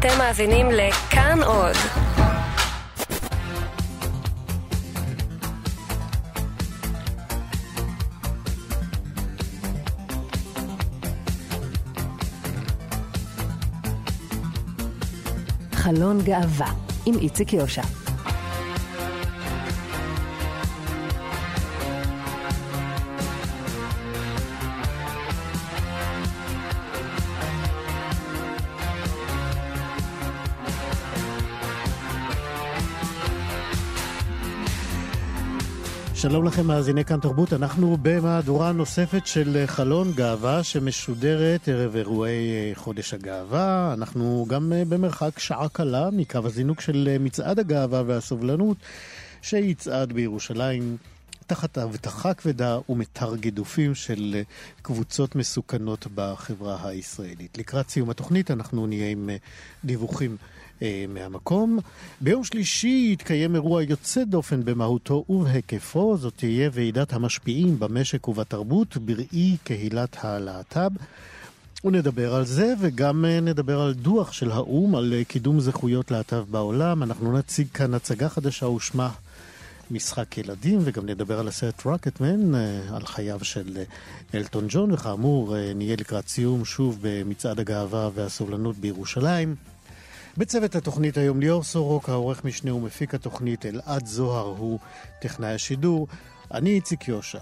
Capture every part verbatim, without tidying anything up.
אתם מאזינים לכאן עוד. חלון גאווה עם איציק יושע. שלום לכם מאזיני כאן תרבות, אנחנו במהדורה נוספת של חלון גאווה שמשודרת ערב אירועי חודש הגאווה. אנחנו גם במרחק שעה קלה מקו הזינוק של מצעד הגאווה והסובלנות שיצעד בירושלים תחת הבטחה כבדה ומתר גידופים של קבוצות מסוכנות בחברה הישראלית. לקראת סיום התוכנית אנחנו נהיה עם דיווחים מהמקום. ביום שלישי יתקיים אירוע יוצא דופן במהותו ובהיקפו. זאת תהיה ועידת המשפיעים במשק ובתרבות בראי קהילת הלהט"ב. ונדבר על זה וגם נדבר על דוח של האום על קידום זכויות להט"ב בעולם. אנחנו נציג כאן הצגה חדשה ושמה משחק ילדים, וגם נדבר על הסרט רוקטמן, על חייו של אלטון ג'ון, וכאמור נהיה לקראת סיום שוב במצעד הגאווה והסובלנות בירושלים. בצוות התוכנית היום ליאור סורוק, העורך משנה ומפיק התוכנית, אלעד זוהר הוא טכנאי השידור, אני איציק יושע.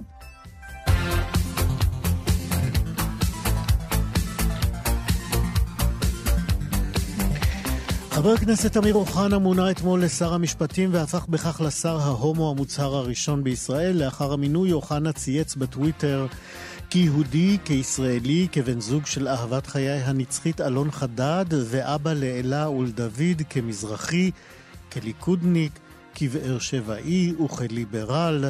חבר הכנסת אמיר אוחנה מונה אתמול לשר המשפטים והפך בכך לשר ההומו המוצהר הראשון בישראל. לאחר המינוי אוחנה צייץ בטוויטר כיהודי, כישראלי, כבן זוג של אהבת חיי הנצחית אלון חדד ואבא לאלה ולדוד, כמזרחי, כליכודניק, כבאר שבעי וכליברל.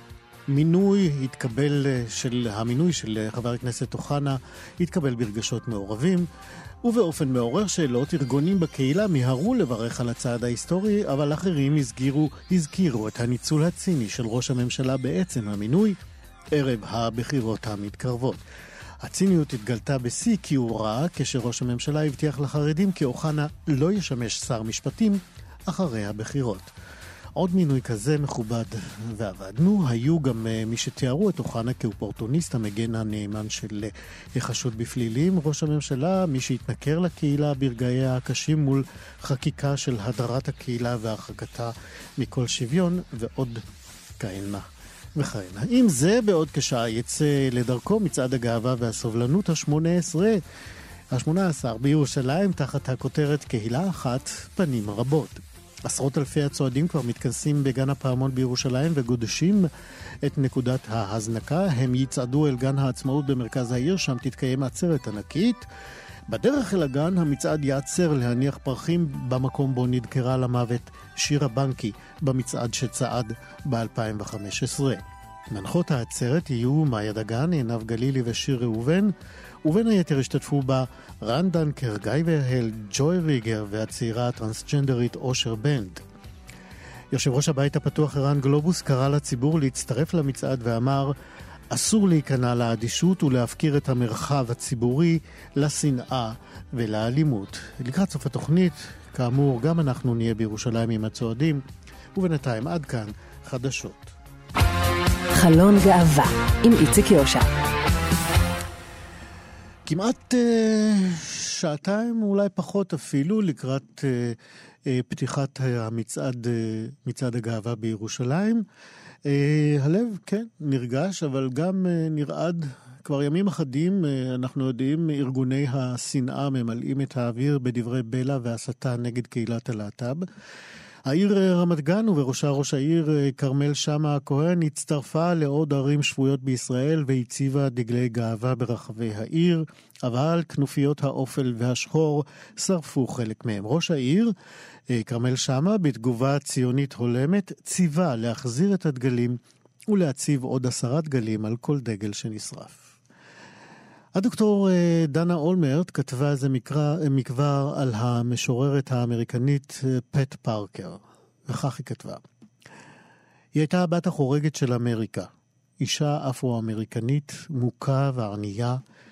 מינוי התקבל של המינוי של חבר הכנסת אוחנה התקבל ברגשות מעורבים ובאופן מעורר שאלות. ארגונים בקהילה מיהרו לברך על הצעד ההיסטורי, אבל אחרים הזכירו, הזכירו את הניצול הציני של ראש הממשלה בעצם המינוי ערב הבחירות המתקרבות. הציניות התגלתה בשיא כי הוא ראה כשראש הממשלה הבטיח לחרדים כי אוחנה לא ישמש שר משפטים אחרי הבחירות. עוד מינוי כזה מכובד ועבדנו. היו גם מי שתיארו את אוחנה כאופורטוניסט המגן הנאמן של חשוד בפלילים. ראש הממשלה, מי שהתנכר לקהילה ברגעיה הקשים מול חקיקה של הדרת הקהילה והרחקתה מכל שוויון, ועוד כהנה וכהנה. עם זה בעוד כשעה יצא לדרכו מצעד הגאווה והסובלנות השמונה עשרה השמונה עשר בירושלים תחת הכותרת קהילה אחת פנים רבות. עשרות אלפי הצועדים כבר מתכנסים בגן הפעמון בירושלים וגודשים את נקודת ההזנקה. הם יצעדו אל גן העצמאות במרכז העיר, שם תתקיים עצרת ענקית. בדרך אל הגן המצעד יעצר להניח פרחים במקום בו נדקרה למוות שירה בנקי במצעד שצעד ב-אלפיים וחמש עשרה. מנחות העצרת יהיו מאיה דגן, עינב גלילי ושיר ראובן, ובין היתר השתתפו בה רן דנקר, גיא והל, ג'וי ריגר והצעירה הטרנסג'נדרית אושר בנד. יושב ראש הבית הפתוח ערן גלובוס קרא לציבור להצטרף למצעד ואמר, אסור להיכנע לאדישות ולהפקיר את המרחב הציבורי לשנאה ולאלימות. לקראת סוף התוכנית, כאמור, גם אנחנו נהיה בירושלים עם הצועדים, ובינתיים עד כאן חדשות. חלון גאווה עם איציק יושע. כמעט uh, שעתיים, אולי פחות אפילו, לקראת uh, uh, פתיחת המצעד, uh, מצעד הגאווה בירושלים. Uh, הלב, כן, נרגש, אבל גם uh, נרעד. כבר ימים אחדים, uh, אנחנו יודעים, ארגוני השנאה ממלאים את האוויר בדברי בלע והסתה נגד קהילת הלהט"ב. העיר רמת גן ובראשה ראש העיר כרמל שמה הכהן הצטרפה לעוד ערים שבויות בישראל והציבה דגלי גאווה ברחבי העיר, אבל כנופיות האופל והשחור שרפו חלק מהם. ראש העיר כרמל שמה בתגובה ציונית הולמת ציווה להחזיר את הדגלים ולהציב עוד עשרה דגלים על כל דגל שנשרף. הדוקטור דנה אולמרט כתבה איזה מקרא, מקבר על המשוררת האמריקנית פט פארקר, וכך היא כתבה. היא הייתה הבת החורגת של אמריקה, אישה אפרו-אמריקנית, מוכה וענייה,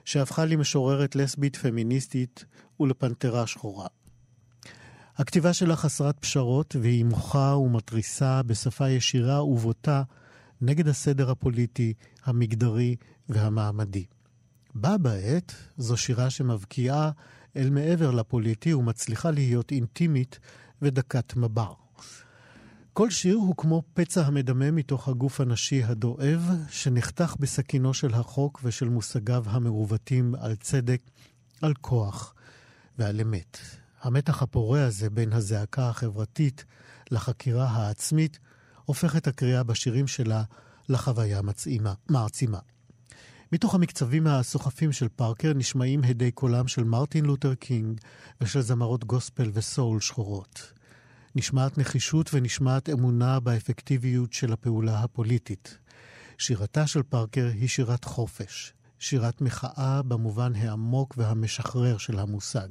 שהפכה למשוררת לסבית פמיניסטית ולפנתרה שחורה. הכתיבה שלה חסרת פשרות והיא מוחה ומטריסה בשפה ישירה ובוטה נגד הסדר הפוליטי, המגדרי והמעמדי. בה בעת זו שירה שמבקיעה אל מעבר לפוליטי ומצליחה להיות אינטימית ודקת מבר. כל שיר הוא כמו פצע המדמם מתוך הגוף הנשי הדואב שנחתך בסכינו של החוק ושל מושגיו המעוותים על צדק, על כוח ועל אמת. המתח הפורה הזה בין הזעקה החברתית לחקירה העצמית הופך את הקריאה בשירים שלה לחוויה מצעימה, מעצימה. מתוך המקצבים הסוחפים של פארקר נשמעים הדי קולם של מרטין לותר קינג ושל זמרות גוספל וסול שחורות. נשמעת נחישות ונשמעת אמונה באפקטיביות של הפעולה הפוליטית. שירתה של פארקר היא שירת חופש, שירת מחאה במובן העמוק והמשחרר של המושג.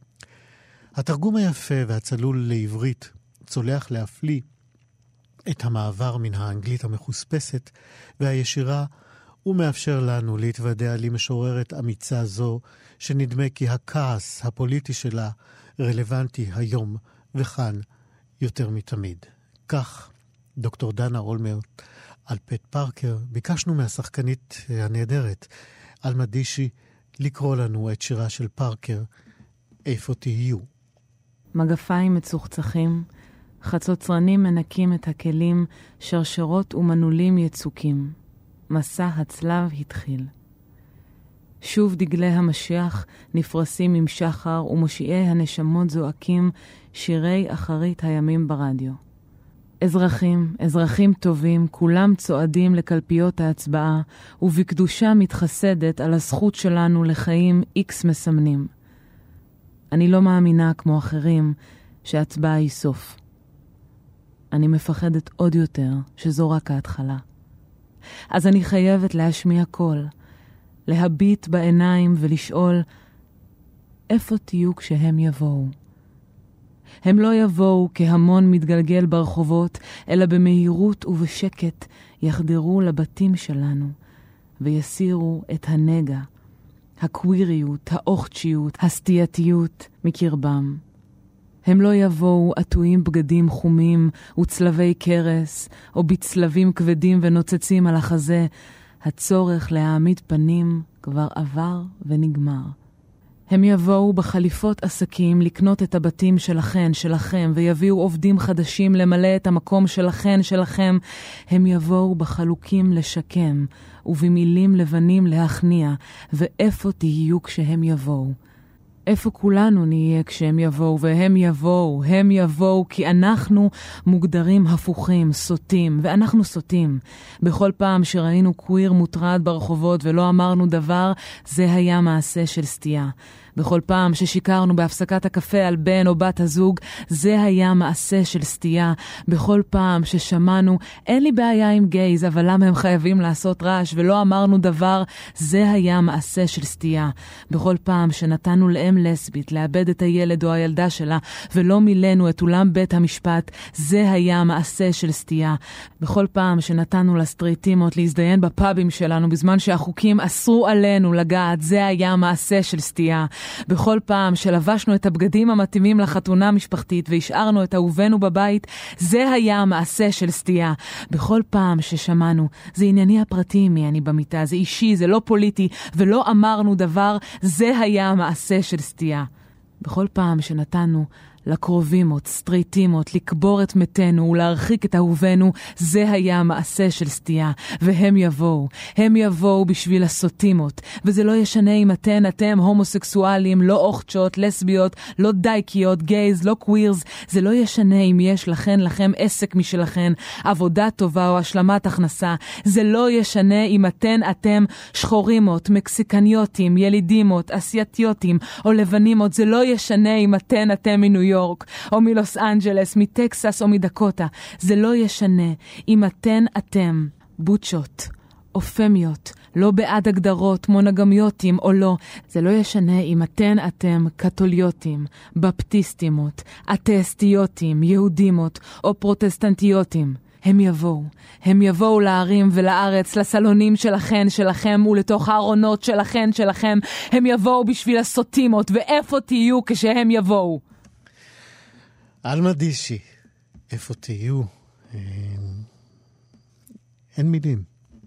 התרגום היפה והצלול לעברית צולח להפליא את המעבר מן האנגלית המחוספסת והישירה ומאפשר לנו להתוודע למשוררת אמיצה זו שנדמה כי הכעס הפוליטי שלה רלוונטי היום וכאן יותר מתמיד. כך דוקטור דנה אולמרט על פט פארקר. ביקשנו מהשחקנית הנהדרת אלמה דישי לקרוא לנו את שירה של פארקר איפה תהיו. מגפיים מצוחצחים, חצוצרנים מנקים את הכלים, שרשרות ומנעולים יצוקים. מסע הצלב התחיל. שוב דגלי המשיח נפרסים עם שחר ומושיעי הנשמות זועקים שירי אחרית הימים ברדיו. אזרחים, אזרחים טובים, כולם צועדים לקלפיות ההצבעה ובקדושה מתחסדת על הזכות שלנו לחיים איקס מסמנים. אני לא מאמינה כמו אחרים שההצבעה היא סוף. אני מפחדת עוד יותר שזו רק ההתחלה. אז אני חייבת להשמיע קול, להביט בעיניים ולשאול, איפה תהיו כשהם יבואו? הם לא יבואו כהמון מתגלגל ברחובות, אלא במהירות ובשקט יחדרו לבתים שלנו, ויסירו את הנגע, הקוויריות, האוכצ'יות, הסטייתיות מקרבם. הם לא יבואו עטויים בגדים חומים וצלבי קרס, או בצלבים כבדים ונוצצים על החזה. הצורך להעמיד פנים כבר עבר ונגמר. הם יבואו בחליפות עסקים לקנות את הבתים שלכן, שלכם, ויביאו עובדים חדשים למלא את המקום שלכן, שלכם. הם יבואו בחלוקים לשקם, ובמילים לבנים להכניע, ואיפה תהיו כשהם יבואו? איפה כולנו נהיה כשהם יבואו, והם יבואו, הם יבואו, כי אנחנו מוגדרים הפוכים, סוטים, ואנחנו סוטים. בכל פעם שראינו קוויר מוטרד ברחובות ולא אמרנו דבר, זה היה מעשה של סטייה. בכל פעם ששיקרנו בהפסקת הקפה על בן או בת הזוג, זה היה מעשה של סטייה. בכל פעם ששמענו, אין לי בעיה עם גייז, אבל למה הם חייבים לעשות רעש ולא אמרנו דבר, זה היה מעשה של סטייה. בכל פעם שנתנו לאם לסבית לאבד את הילד או הילדה שלה, ולא מילאנו את אולם בית המשפט, זה היה מעשה של סטייה. בכל פעם שנתנו לסטריטימות להזדיין בפאבים שלנו, בזמן שהחוקים אסרו עלינו לגעת, זה היה מעשה של סטייה. בכל פעם שלבשנו את הבגדים המתאימים לחתונה המשפחתית והשארנו את אהובנו בבית, זה היה מעשה של סטייה. בכל פעם ששמענו, זה ענייני הפרטי מי אני במיטה, זה אישי, זה לא פוליטי, ולא אמרנו דבר, זה היה מעשה של סטייה. בכל פעם שנתנו לקרובימות, סטריטימות, לקבור את מתנו ולהרחיק את אהובנו, זה היה מעשה של סטייה. והם יבואו, הם יבואו בשביל הסוטימות, וזה לא ישנה אם אתן, אתם הומוסקסואלים, לא אוכצ'ות, לסביות, לא דייקיות, גייז, לא קווירס, זה לא ישנה אם יש לכן, לכם עסק משלכן, עבודה טובה או השלמת הכנסה, זה לא ישנה אם אתן, אתם שחורימות, מקסיקניוטים, ילידימות, אסייתיוטים או לבנימות, זה לא ישנה אם אתן, אתם מניו יורק, או מלוס אנג'לס, מטקסס או מדקוטה. זה לא ישנה אם אתן אתם בוצ'ות או פמיות, לא בעד הגדרות, מונגמיוטים או לא. זה לא ישנה אם אתן אתם קתוליוטים, בפטיסטימות, אתאסטיוטים, יהודימות או פרוטסטנטיוטים. הם יבואו, הם יבואו לערים ולארץ, לסלונים שלכן, שלכם, ולתוך הארונות שלכן, שלכם. הם יבואו בשביל הסוטימות, ואיפה תהיו כשהם יבואו? אלמה דישי, איפה תהיו? אין מילים.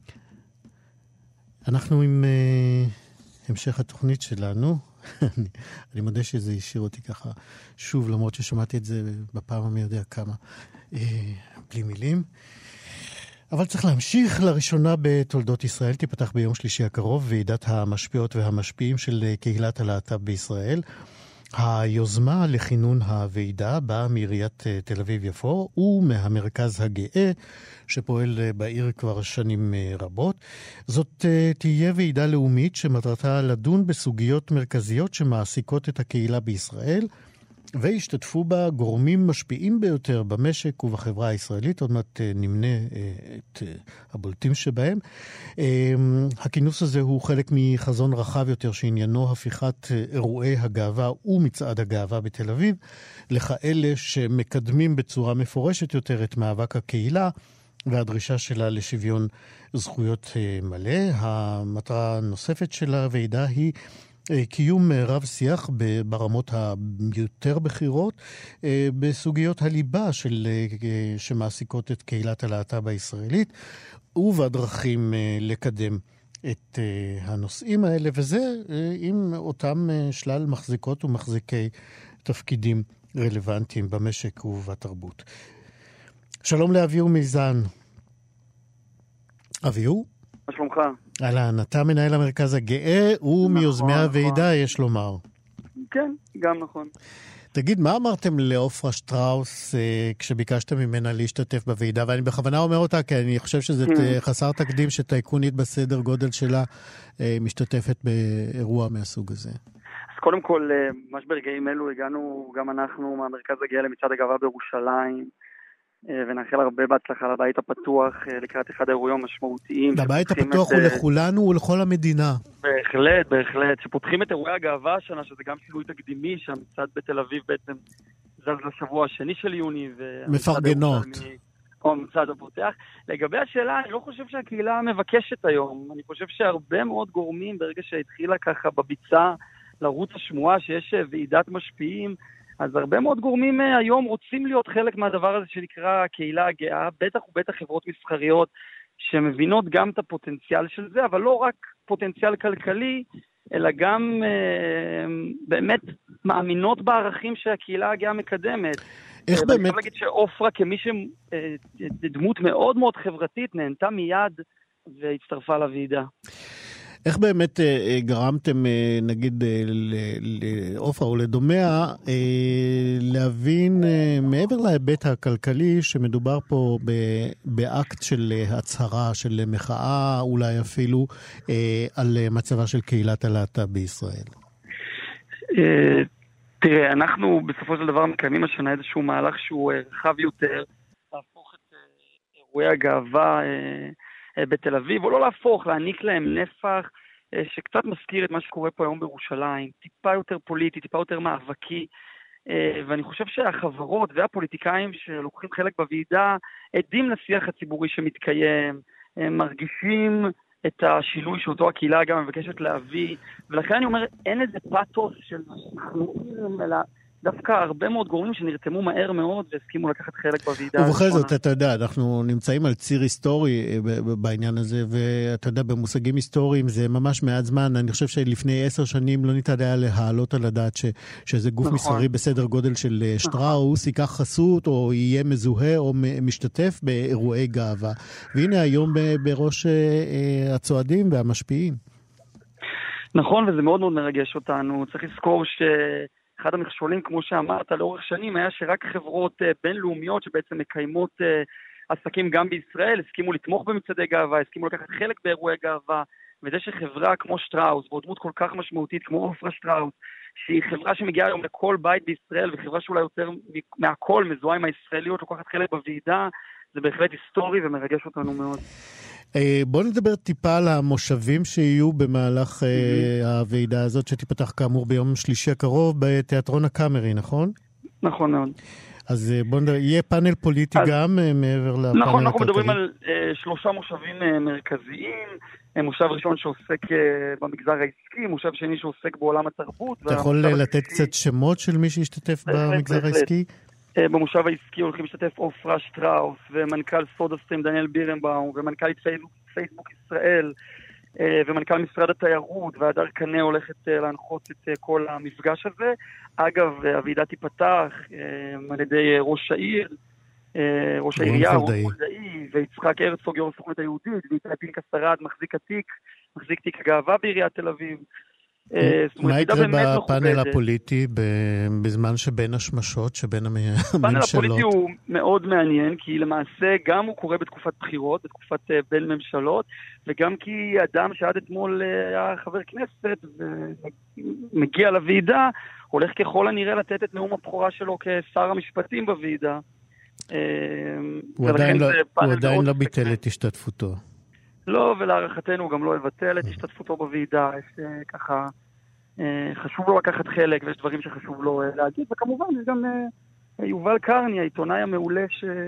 אנחנו עם uh, המשך התוכנית שלנו. אני, אני מודה שזה השאיר אותי ככה שוב, למרות ששמעתי את זה בפעם המי יודע כמה, uh, בלי מילים. אבל צריך להמשיך. לראשונה בתולדות ישראל תיפתח ביום שלישי הקרוב ועידת המשפיעות והמשפיעים של קהילת הלהט"ב בישראל. היוזמה לכינון הוועידה באה מעיריית תל אביב-יפו ומהמרכז הגאה שפועל בעיר כבר שנים רבות. זאת תהיה ועידה לאומית שמטרתה לדון בסוגיות מרכזיות שמעסיקות את הקהילה בישראל, והשתתפו בה גורמים משפיעים ביותר במשק ובחברה הישראלית. עוד מעט נמנה את הבולטים שבהם. הכינוס הזה הוא חלק מחזון רחב יותר שעניינו הפיכת אירועי הגאווה ומצעד הגאווה בתל אביב לכאלה שמקדמים בצורה מפורשת יותר את מאבק הקהילה והדרישה שלה לשוויון זכויות מלא. המטרה הנוספת של הוועידה היא קיום רב שיח ברמות היותר בחירות בסוגיות הליבה של, שמעסיקות את קהילת הלהט"ב הישראלית ובדרכים לקדם את הנושאים האלה, וזה עם אותם שלל מחזיקות ומחזיקי תפקידים רלוונטיים במשק ובתרבות. שלום לאביהו מיזן. אביהו? מה שלומך? אהלן, אתה מנהל המרכז הגאה ומיוזמי הוועידה, יש לומר. כן, גם נכון. תגיד, מה אמרתם לאופרה שטראוס אה, כשביקשתם ממנה להשתתף בוועידה? ואני בכוונה אומר אותה, כי אני חושב שזה חסר תקדים שטייקונית בסדר גודל שלה אה, משתתפת באירוע מהסוג הזה. אז קודם כל, ממש ברגעים אלו הגענו גם אנחנו מהמרכז הגאה למצעד הגאווה בירושלים, ונאחל הרבה בהצלחה לבית הפתוח לקראת אחד האירועים המשמעותיים. הבית הפתוח הוא לכולנו ולכל המדינה. בהחלט, בהחלט. שפותחים את אירועי הגאווה השנה, שזה גם שינוי תקדימי, שהמצעד בתל אביב בעצם זז לשבוע השני של יוני. מפרגנות. או המצעד הפותח. לגבי השאלה, אני לא חושב שהקהילה מבקשת היום. אני חושב שהרבה מאוד גורמים, ברגע שהתחילה ככה בביצה לרוץ השמועה שיש ועידת משפיעים, אז הרבה מאוד גורמים היום רוצים להיות חלק מהדבר הזה שנקרא הקהילה הגאה, בטח ובטח חברות מסחריות שמבינות גם את הפוטנציאל של זה, אבל לא רק פוטנציאל כלכלי, אלא גם אה, באמת מאמינות בערכים שהקהילה הגאה מקדמת. איך באמת? אני יכול להגיד שאופרה כמי שדמות מאוד מאוד חברתית נהנתה מיד והצטרפה לוועידה. איך באמת גרמתם, נגיד, לאופרה או לדומיה, להבין מעבר להיבט הכלכלי שמדובר פה באקט של הצהרה, של מחאה, אולי אפילו על מצבה של קהילת הלהט"ב בישראל? תראה, אנחנו בסופו של דבר מקיימים השנה איזשהו מהלך שהוא רחב יותר, להפוך את אירועי הגאווה בתל אביב, או לא להפוך, להעניק להם נפח שקצת מזכיר את מה שקורה פה היום בירושלים, טיפה יותר פוליטי, טיפה יותר מאבקי, ואני חושב שהחברות והפוליטיקאים שלוקחים חלק בוועידה עדים לשיח הציבורי שמתקיים, הם מרגישים את השינוי שאותו הקהילה גם מבקשת להביא, ולכן אני אומר, אין איזה פאטוס של מחנועים, אלא דווקא הרבה מאוד גורמים שנרתמו מהר מאוד והסכימו לקחת חלק בוועידה. ובכל זאת, אתה יודע, אנחנו נמצאים על ציר היסטורי בעניין הזה, ואתה יודע, במושגים היסטוריים זה ממש מעט זמן. אני חושב שלפני עשר שנים לא ניתן היה להעלות על הדעת שזה גוף מסחרי בסדר גודל של שטראוס, ייקח חסות או יהיה מזוהה או משתתף באירועי גאווה. והנה היום בראש הצועדים והמשפיעים. נכון, וזה מאוד מאוד מרגש אותנו. צריך לזכור ש... אחד המכשולים, כמו שאמרת, לאורך שנים היה שרק חברות בינלאומיות שבעצם מקיימות עסקים גם בישראל, הסכימו לתמוך במצעדי גאווה, הסכימו לקחת חלק באירועי גאווה, וזה שחברה כמו שטראוס, בדמות כל כך משמעותית כמו אופרה שטראוס, שהיא חברה שמגיעה היום לכל בית בישראל, וחברה שאולי יותר מהכל מזוהה עם הישראליות, לוקחת חלק בוועידה, זה בהחלט היסטורי ומרגש אותנו מאוד. בוא נדבר טיפה על המושבים שיהיו במהלך הוועידה הזאת, שתיפתח כאמור ביום שלישי הקרוב בתיאטרון הקאמרי, נכון? נכון מאוד. אז בוא נדבר, יהיה פאנל פוליטי אז, גם מעבר לפאנל הכלכלי? נכון, אנחנו מדברים על uh, שלושה מושבים uh, מרכזיים, מושב ראשון שעוסק uh, במגזר העסקי, מושב שני שעוסק בעולם התרבות. אתה יכול לתת העסקי... קצת שמות של מי שישתתף במגזר העסקי? Uh, במושב העסקי הולכים להשתתף עופרה שטראוס, ומנכ"ל סודסטרים דניאל בירנבאום, ומנכ"לית פייסבוק, פייסבוק ישראל, ומנכ"ל משרד התיירות, והדר קנה הולכת להנחות את כל המפגש הזה. אגב, הוועידה תיפתח על ידי ראש העיר, ראש העירייה, רון חולדאי, ויצחק הרצוג, יו"ר הסוכנות היהודית, ואיתי פנקס ארד, מחזיק התיק, מחזיק תיק הגאווה בעיריית תל אביב. מה יקרה בפאנל הפוליטי בזמן שבין השמשות, שבין הממשלות? הפאנל הפוליטי הוא מאוד מעניין, כי למעשה גם הוא קורה בתקופת בחירות, בתקופת בין ממשלות, וגם כי אדם שעד אתמול היה חבר כנסת ומגיע לוועידה, הולך ככל הנראה לתת את נאום הבכורה שלו כשר המשפטים בוועידה. הוא עדיין לא ביטל את השתתפותו. לא, ולהערכתנו הוא גם לא יבטל את השתתפותו בוועידה. יש ככה, חשוב לו לקחת חלק, ויש דברים שחשוב לו להגיד, וכמובן יש גם יובל קרני, העיתונאי המעולה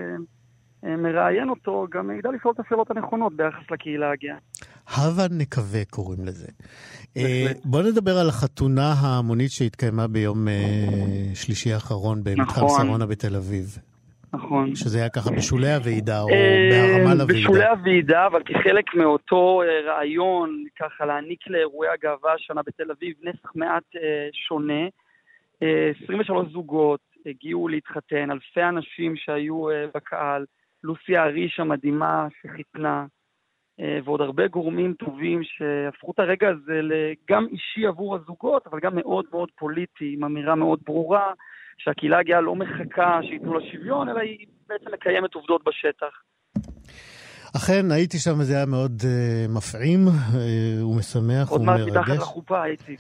שמראיין אותו, גם ידע לשאול את השאלות הנכונות ביחס לקהילה הגאה. הווה נקווה קוראים לזה. בוא נדבר על החתונה ההמונית שהתקיימה ביום שלישי האחרון במתחם שרונה בתל אביב. נכון. שזה היה ככה בשולי הוועידה או בהרמה לוועידה. בשולי הוועידה, אבל כחלק מאותו רעיון, ככה להעניק לאירועי הגאווה השנה בתל אביב, נסח מעט שונה. עשרים ושלוש זוגות הגיעו להתחתן, אלפי אנשים שהיו בקהל, לוסיה אריש המדהימה שחיתנה, ועוד הרבה גורמים טובים שהפכו את הרגע הזה גם אישי עבור הזוגות, אבל גם מאוד מאוד פוליטי, עם אמירה מאוד ברורה, שהקהילה הגאה לא מחכה שיתנו לה שוויון, אלא היא בעצם מקיימת עובדות בשטח. אכן, הייתי שם וזה היה מאוד uh, מפעים uh, ומשמח עוד ומרגש. עוד מעט מתחת לחופה הייתי.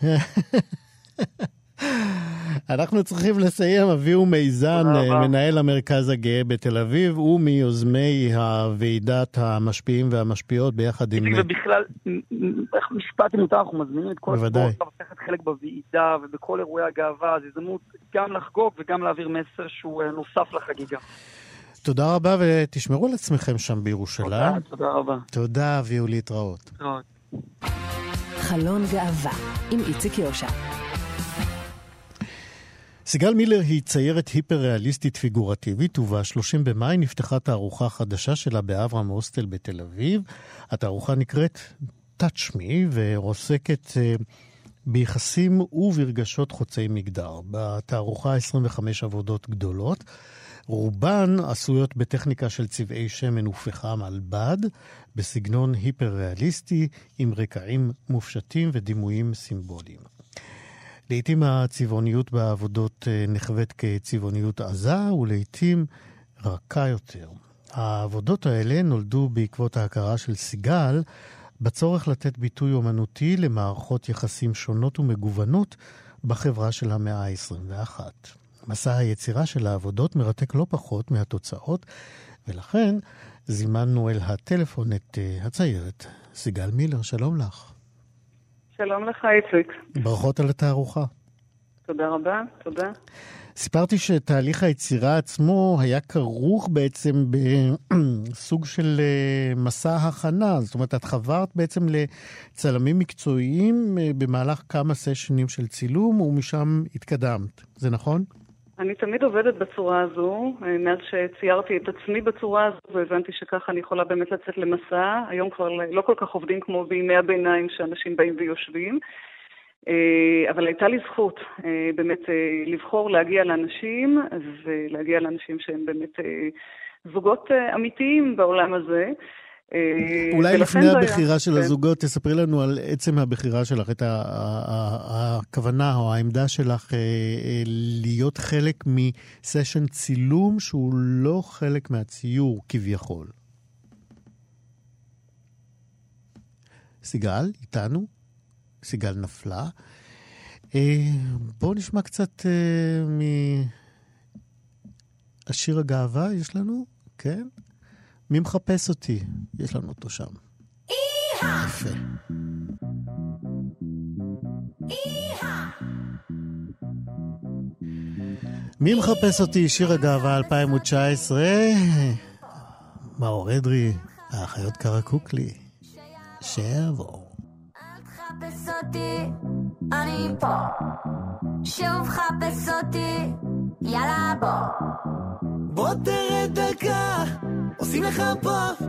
אנחנו צריכים לסיים. אביהו מיזן, מנהל המרכז הגאה בתל אביב, הוא מיוזמי הוועידת המשפיעים והמשפיעות ביחד עם... ובכלל, איך משפט אם אנחנו מזמינים את כל הספורט, לקחת חלק בוועידה ובכל אירועי הגאווה, אז הזדמנות גם לחגוג וגם להעביר מסר שהוא נוסף לחגיגה. תודה רבה ותשמרו על עצמכם שם בירושלים. תודה, תודה רבה. תודה, אביהו, להתראות. להתראות. חלון גאווה עם איציק יושע. סיגל מילר היא ציירת היפר-ריאליסטית פיגורטיבית, וב-שלושים במאי נפתחה תערוכה חדשה שלה באברהם הוסטל בתל אביב. התערוכה נקראת Touch Me, ועוסקת uh, ביחסים וברגשות חוצי מגדר. בתערוכה עשרים וחמש עבודות גדולות, רובן עשויות בטכניקה של צבעי שמן ופחם על בד, בסגנון היפר-ריאליסטי, עם רקעים מופשטים ודימויים סימבוליים. לעתים הצבעוניות בעבודות נחוות כצבעוניות עזה, ולעתים רכה יותר. העבודות האלה נולדו בעקבות ההכרה של סיגל, בצורך לתת ביטוי אומנותי למערכות יחסים שונות ומגוונות בחברה של המאה ה-עשרים ואחת. מסע היצירה של העבודות מרתק לא פחות מהתוצאות, ולכן זימנו אל הטלפון את הציירת סיגל מילר. שלום לך. שלום לך, איציק. ברכות על התערוכה. תודה רבה, תודה. סיפרתי שתהליך היצירה עצמו היה כרוך בעצם בסוג של מסע הכנה. זאת אומרת, את חברת בעצם לצלמים מקצועיים במהלך כמה סשנים של צילום, ומשם התקדמת. זה נכון? אני תמיד עובדת בצורה הזו, מאז שציירתי את עצמי בצורה הזו, והבנתי שככה אני יכולה באמת לצאת למסע. היום כבר לא כל כך עובדים כמו בימי הביניים שאנשים באים ויושבים, אבל הייתה לי זכות באמת לבחור להגיע לאנשים, ולהגיע לאנשים שהם באמת זוגות אמיתיים בעולם הזה. אולי לפני הבחירה של הזוגות, תספרי לנו על עצם הבחירה שלך, את הכוונה או העמדה שלך להיות חלק מסשן צילום שהוא לא חלק מהציור כביכול. סיגל, איתנו? סיגל נפלה. בואו נשמע קצת מהשיר הגאווה, יש לנו? כן? מי מחפש אותי? יש לנו אותו שם. איהה! יפה. איהה! מי מחפש אותי? שיר הגאווה אלפיים תשע עשרה. מאור אדרי, האחיות קרקוק לי. שיבוא. אל תחפש אותי, אני פה. שוב חפש אותי, יאללה בוא. בוא תראה דקה, עושים לך פה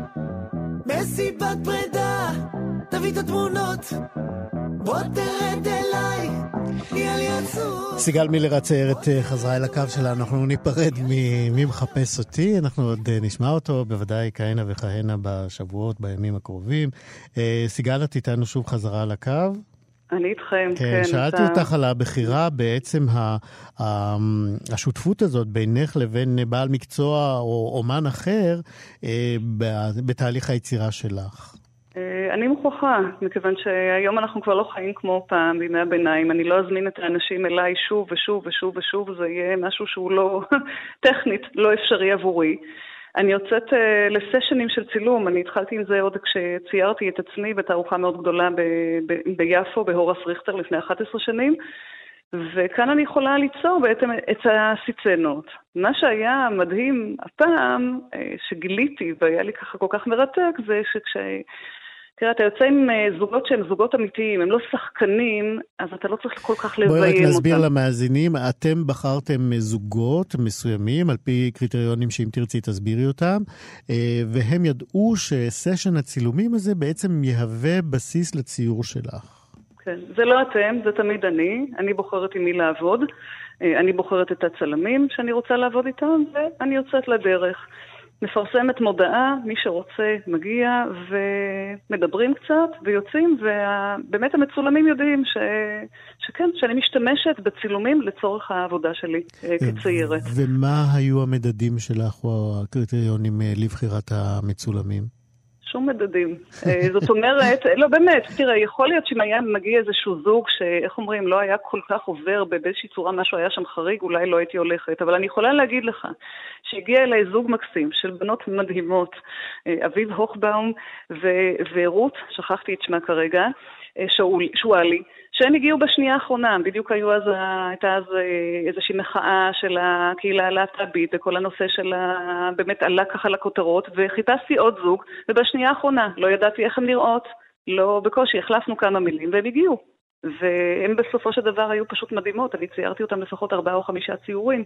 מסיבת פרידה, תביא את התמונות, בוא תרד אליי, נהיה לי עצוב. סיגל מילר הצערת חזרה אל הקו שלנו, אנחנו ניפרד ממי מחפש אותי, אנחנו עוד נשמע אותו בוודאי כהנה וכהנה בשבועות, בימים הקרובים. סיגל, את איתנו שוב חזרה על הקו? אני איתכם, כן. כן. שאלתי אתה... אותך על הבחירה, בעצם ה, ה, השותפות הזאת בינך לבין בעל מקצוע או אומן אחר, אה, בתהליך היצירה שלך. אני מוכרחה, מכיוון שהיום אנחנו כבר לא חיים כמו פעם בימי הביניים. אני לא אזמין את האנשים אליי שוב ושוב ושוב ושוב, זה יהיה משהו שהוא לא טכנית, לא אפשרי עבורי. אני יוצאת uh, לסשנים של צילום, אני התחלתי עם זה עוד כשציירתי את עצמי בתערוכה מאוד גדולה ב- ב- ביפו, בהורס ריכטר לפני אחת עשרה שנים, וכאן אני יכולה ליצור בעצם את הסיצנות. מה שהיה מדהים הפעם, uh, שגיליתי והיה לי ככה כל כך מרתק, זה שכש... תראה, אתה יוצא עם זוגות שהם זוגות אמיתיים, הם לא שחקנים, אז אתה לא צריך כל כך לביים אותם. בואי רק נסביר למאזינים, אתם בחרתם זוגות מסוימים, על פי קריטריונים שאם תרצי תסבירי אותם, והם ידעו שסשן הצילומים הזה בעצם יהווה בסיס לציור שלך. כן, זה לא אתם, זה תמיד אני. אני בוחרת עם מי לעבוד, אני בוחרת את הצלמים שאני רוצה לעבוד איתם, ואני יוצאת לדרך. מפרסמת מודעה, מי שרוצה מגיע ומדברים קצת ויוצאים, ובאמת המצולמים יודעים ש... שכן, שאני משתמשת בצילומים לצורך העבודה שלי כציירת. ומה היו המדדים שלך או הקריטריונים לבחירת המצולמים? שום מדדים. זאת אומרת, לא באמת, תראה, יכול להיות שאם היה מגיע איזשהו זוג שאיך אומרים, לא היה כל כך עובר באיזושהי צורה, משהו היה שם חריג, אולי לא הייתי הולכת, אבל אני יכולה להגיד לך שהגיע אליי זוג מקסים של בנות מדהימות, אביב הוכבאום ו- ורות, שכחתי את שמה כרגע, שואלי, שהם הגיעו בשנייה האחרונה, בדיוק היו אז, הייתה אז איזושהי מחאה של הקהילה הלהט"בית, וכל הנושא של באמת עלה ככה לכותרות, וחיפשתי עוד זוג, ובשנייה האחרונה לא ידעתי איך הם נראות, לא בקושי, החלפנו כמה מילים, והם הגיעו. והם בסופו של דבר היו פשוט מדהימות, אני ציירתי אותם לפחות ארבעה או חמישה ציורים.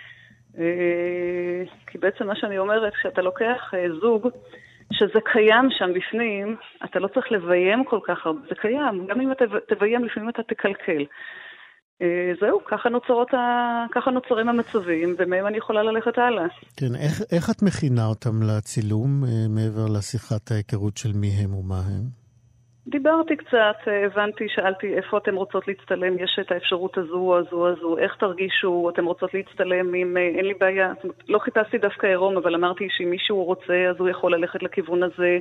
כי בעצם מה שאני אומרת, כשאתה לוקח זוג, שזה קיים שם בפנים, אתה לא צריך לביים כל כך הרבה, זה קיים, גם אם אתה תביים, לפעמים אתה תקלקל. זהו, ככה, נוצרות ה... ככה נוצרים המצבים, ומהם אני יכולה ללכת הלאה. כן, איך, איך את מכינה אותם לצילום, מעבר לשיחת ההיכרות של מי הם ומה הם? דיברתי קצת, הבנתי, שאלתי איפה אתם רוצות להצטלם, יש את האפשרות הזו, הזו, הזו, איך תרגישו, אתם רוצות להצטלם, אם אין לי בעיה, לא חיפשתי דווקא עירום, אבל אמרתי שאם מישהו רוצה, אז הוא יכול ללכת לכיוון הזה,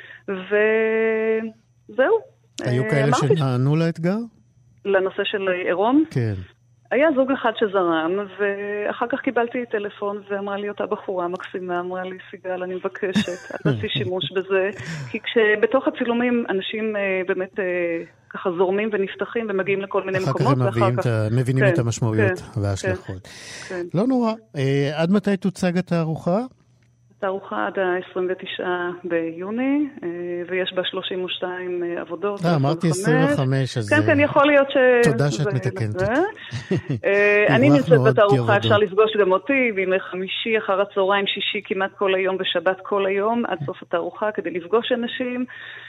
וזהו. היו כאלה שנענו לאתגר? לנושא של עירום? כן. היה זוג אחד שזרם, ואחר כך קיבלתי טלפון, ואמרה לי אותה בחורה מקסימה, אמרה לי, סיגל, אני מבקשת, אל תעשי שימוש בזה, כי כשבתוך הצילומים אנשים באמת ככה זורמים ונפתחים, ומגיעים לכל מיני מקומות, ואחר כך הם מבינים את המשמעויות וההשלכות. לא נורא. עד מתי תוצג התערוכה? תערוכה עד ה-עשרים ותשעה ביוני, ויש בה שלושים ושתיים עבודות. אה, אמרתי עשרים וחמש, אז... כן, כן, יכול להיות ש... תודה שאת מתקנת אותי. אני נמצאת בתערוכה, אפשר לפגוש גם אותי, בימי חמישי, אחר הצהריים, שישי, כמעט כל היום, ושבת כל היום, עד סוף התערוכה, כדי לפגוש אנשים.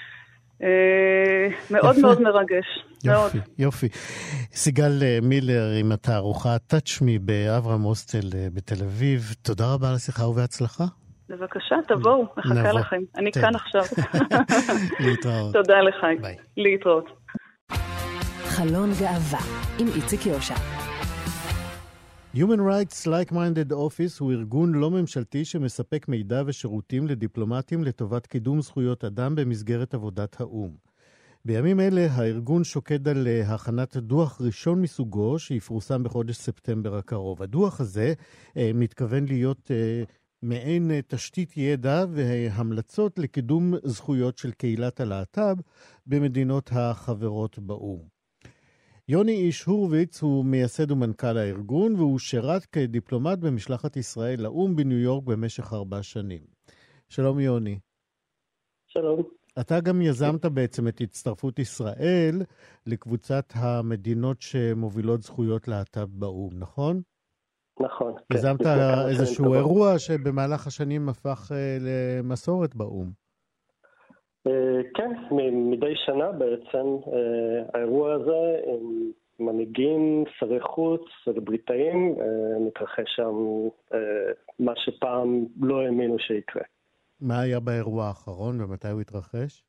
מאוד מאוד מרגש. יופי, יופי. סיגל מילר עם התערוכה Touch Me באברהם הוסטל בתל אביב. תודה רבה על השיחה ובהצלחה. בבקשה, תבואו, מחכה לכם. אני כאן עכשיו. להתראות. תודה לך. להתראות. חלון גאווה עם איציק יושע. Human Rights Like-Minded Office הוא ארגון לא ממשלתי שמספק מידע ושירותים לדיפלומטים לטובת קידום זכויות אדם במסגרת עבודת האום. בימים אלה הארגון שוקד על הכנת דוח ראשון מסוגו שיפורסם בחודש ספטמבר הקרוב. הדוח הזה אה, מתכוון להיות אה, מעין תשתית ידע והמלצות לקידום זכויות של קהילת הלהט"ב במדינות החברות באום. יוני איש הורוביץ הוא מייסד ומנכ"ל הארגון, והוא שירת כדיפלומט במשלחת ישראל לאום בניו יורק במשך ארבע שנים. שלום יוני. שלום. אתה גם יזמת בעצם את הצטרפות ישראל לקבוצת המדינות שמובילות זכויות להט"ב באום, נכון? נכון. יזמת כן, איזשהו אירוע שבמהלך השנים הפך למסורת באום. כן, מדי שנה בעצם האירוע הזה עם מנהיגים, שרי חוץ, בריטאים, מתרחש שם מה שפעם לא האמינו שיקרה. מה היה באירוע האחרון ומתי הוא התרחש?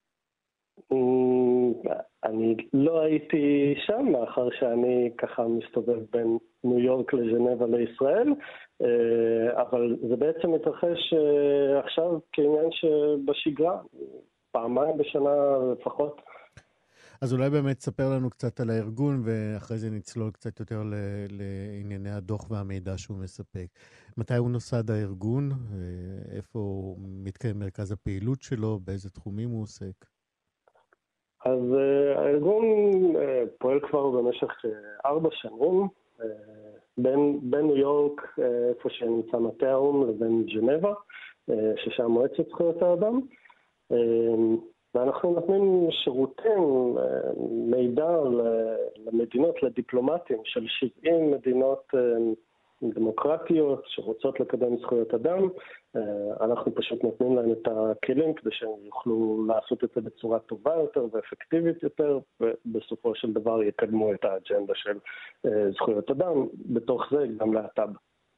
אני לא הייתי שם, מאחר שאני ככה מסתובב בין ניו יורק לז'נבה לישראל, אבל זה בעצם מתרחש עכשיו כעניין שבשגרה, פעמיים בשנה לפחות. אז אולי באמת תספר לנו קצת על הארגון, ואחרי זה נצלול קצת יותר לענייני הדוח והמידע שהוא מספק. מתי הוא נוסד הארגון? איפה מתקיים מרכז הפעילות שלו? באיזה תחומים הוא עוסק? אז הארגון פועל כבר במשך ארבע שנים, בין, בין ניו יורק, איפה שנמצא מטה האום, לבין ג'נבה, ששם מועצת זכויות האדם. ואנחנו נותנים שירותים, מידע למדינות, לדיפלומטים של שבעים מדינות דמוקרטיות שרוצות לקדם זכויות אדם. אנחנו פשוט נותנים להם את הכלים כדי שהם יוכלו לעשות את זה בצורה טובה יותר ואפקטיבית יותר, ובסופו של דבר יקדמו את האג'נדה של זכויות אדם, בתוך זה גם להט"ב.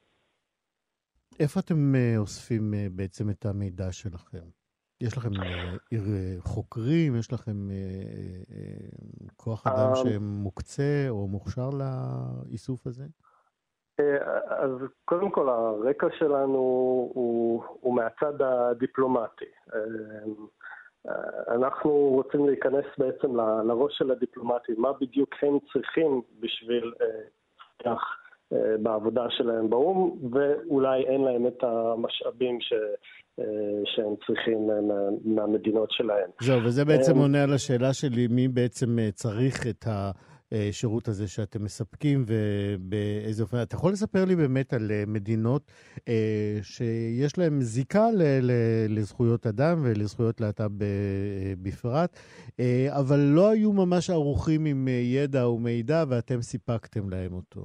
איפה אתם אוספים בעצם את המידע שלכם? יש לכם חוקרים, יש לכם כוח אדם שמוקצה או מוכשר לאיסוף הזה? אז קודם כל הרקע שלנו הוא, הוא מהצד הדיפלומטי. אנחנו רוצים להיכנס בעצם לראש של הדיפלומטים, מה בדיוק הם צריכים בשביל כך בעבודה שלהם באום, ואולי אין להם את המשאבים ש... שהם צריכים מהמדינות שלהם. זהו, וזה בעצם עונה על השאלה שלי, מי בעצם צריך את השירות הזה שאתם מספקים, ובאיזה אופן. אתה יכול לספר לי באמת על מדינות שיש להם זיקה לזכויות אדם ולזכויות להט"ב בפרט, אבל לא היו ממש ערוכים עם ידע ומידע, ואתם סיפקתם להם אותו?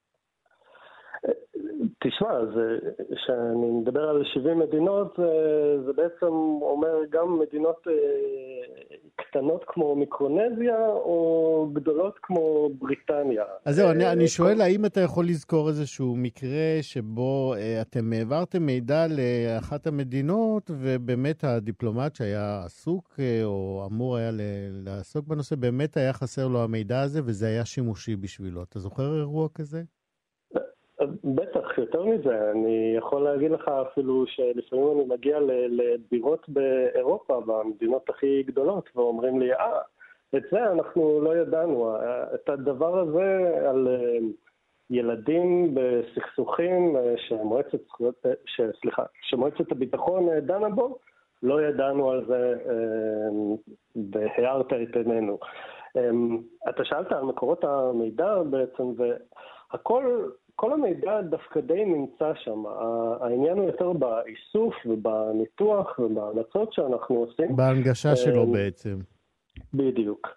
תשמע, זה, שאני מדבר על שבעים מדינות, זה, זה בעצם אומר גם מדינות אה, קטנות כמו מיקרונזיה, או גדולות כמו בריטניה. אז זהו, אני, אני שואל, האם אתה יכול לזכור איזשהו מקרה שבו אה, אתם העברתם מידע לאחת המדינות, ובאמת הדיפלומט שהיה עסוק, אה, או אמור היה ל- לעסוק בנושא, באמת היה חסר לו המידע הזה, וזה היה שימושי בשבילו. אתה זוכר אירוע כזה? בטח, יותר מזה, אני יכול להגיד לך אפילו שלפעמים אני מגיע לבירות באירופה, במדינות הכי גדולות, ואומרים לי, אה, את זה אנחנו לא ידענו, את הדבר הזה על ילדים בסכסוכים שמועצת, סליחה, שמועצת הביטחון דנה בו, לא ידענו על זה והערת את עינינו. אתה שאלת על מקורות המידע בעצם, והכל... כל המידע דווקא די נמצא שם. העניין הוא יותר באיסוף ובניתוח ובהמלצות שאנחנו עושים. בהנגשה שלו בעצם. בדיוק.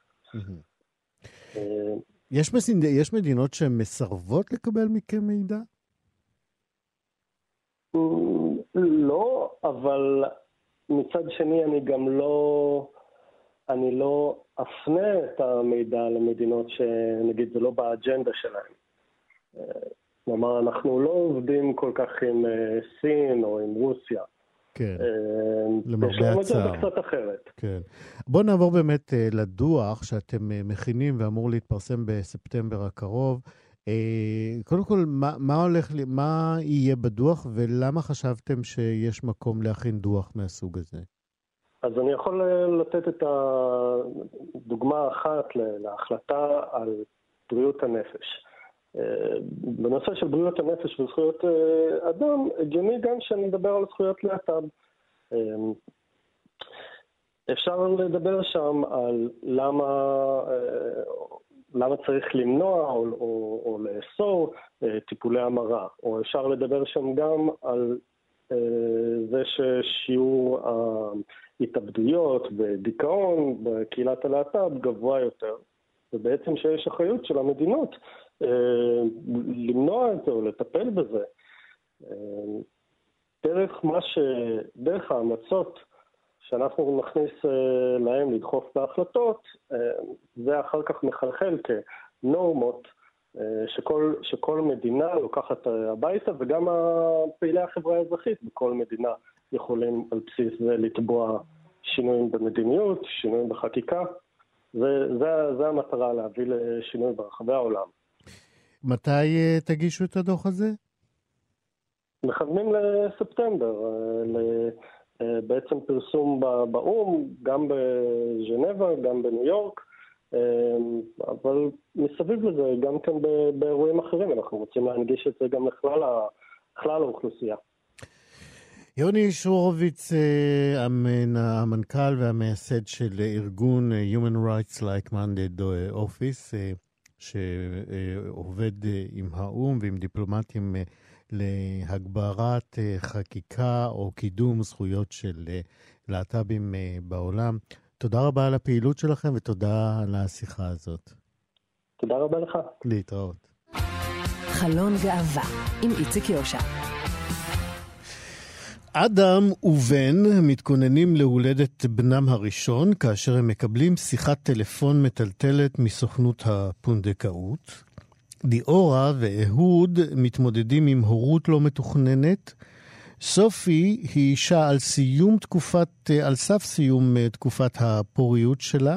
יש, מסיד... יש מדינות שמסרבות לקבל מכם מידע? לא, אבל מצד שני אני גם לא, אני לא אפנה את המידע למדינות שנגיד זה לא באג'נדה שלהם. כלומר, אנחנו לא עובדים כל כך עם סין או עם רוסיה. כן, למרבה הצער. יש לנו את זה קצת אחרת. כן. בואו נעבור באמת לדוח שאתם מכינים ואמור להתפרסם בספטמבר הקרוב. קודם כל, מה, מה הולך, מה יהיה בדוח ולמה חשבתם שיש מקום להכין דוח מהסוג הזה? אז אני יכול לתת את הדוגמה אחת להחלטה על בריאות הנפש. בנושא של בריאות הנפש וזכויות אדם, הגיוני גם שאני מדבר על זכויות להט"ב. אפשר לדבר שם על למה, למה צריך למנוע או, או, או לאסור טיפולי המרה, או אפשר לדבר שם גם על זה ששיעור ההתאבדויות ודיכאון בקהילת הלהט"ב גבוה יותר, ובעצם שיש אחריות של המדינות למנוע את זה או לטפל בזה. דרך מה ש... דרך ההמלצות שאנחנו נכניס להם לדחוף בהחלטות, זה אחר כך מחלחל כנורמות שכל, שכל מדינה לוקחת הביתה, וגם הפעילי החברה האזרחית בכל מדינה יכולים על בסיס זה לתבוע שינויים במדיניות, שינויים בחקיקה, וזה זה המטרה, להביא לשינוי ברחבי העולם. מתי תגישו את הדוח הזה? מכוונים לספטמבר, בעצם פרסום באום, גם בז'נבה, גם בניו יורק, אבל מסביב לזה, גם כאן באירועים אחרים, אנחנו רוצים להנגיש את זה גם לכלל האוכלוסייה. יוני שרוביץ, המנכ"ל והמייסד של ארגון Human Rights Like-Minded Office, שעובד עם האום ועם דיפלומטים להגברת חקיקה או קידום זכויות של להט"בים בעולם. תודה רבה על הפעילות שלכם ותודה על השיחה הזאת. תודה רבה לך. להתראות. חלון גאווה עם איציק יושע. אדם ובן מתכוננים להולדת בנם הראשון כאשר הם מקבלים שיחת טלפון מטלטלת מסוכנות הפונדקאות. ליאורה ואהוד מתמודדים עם הורות לא מתוכננת. סופי היא אישה על סיום תקופת, על סף סיום תקופת הפוריות שלה.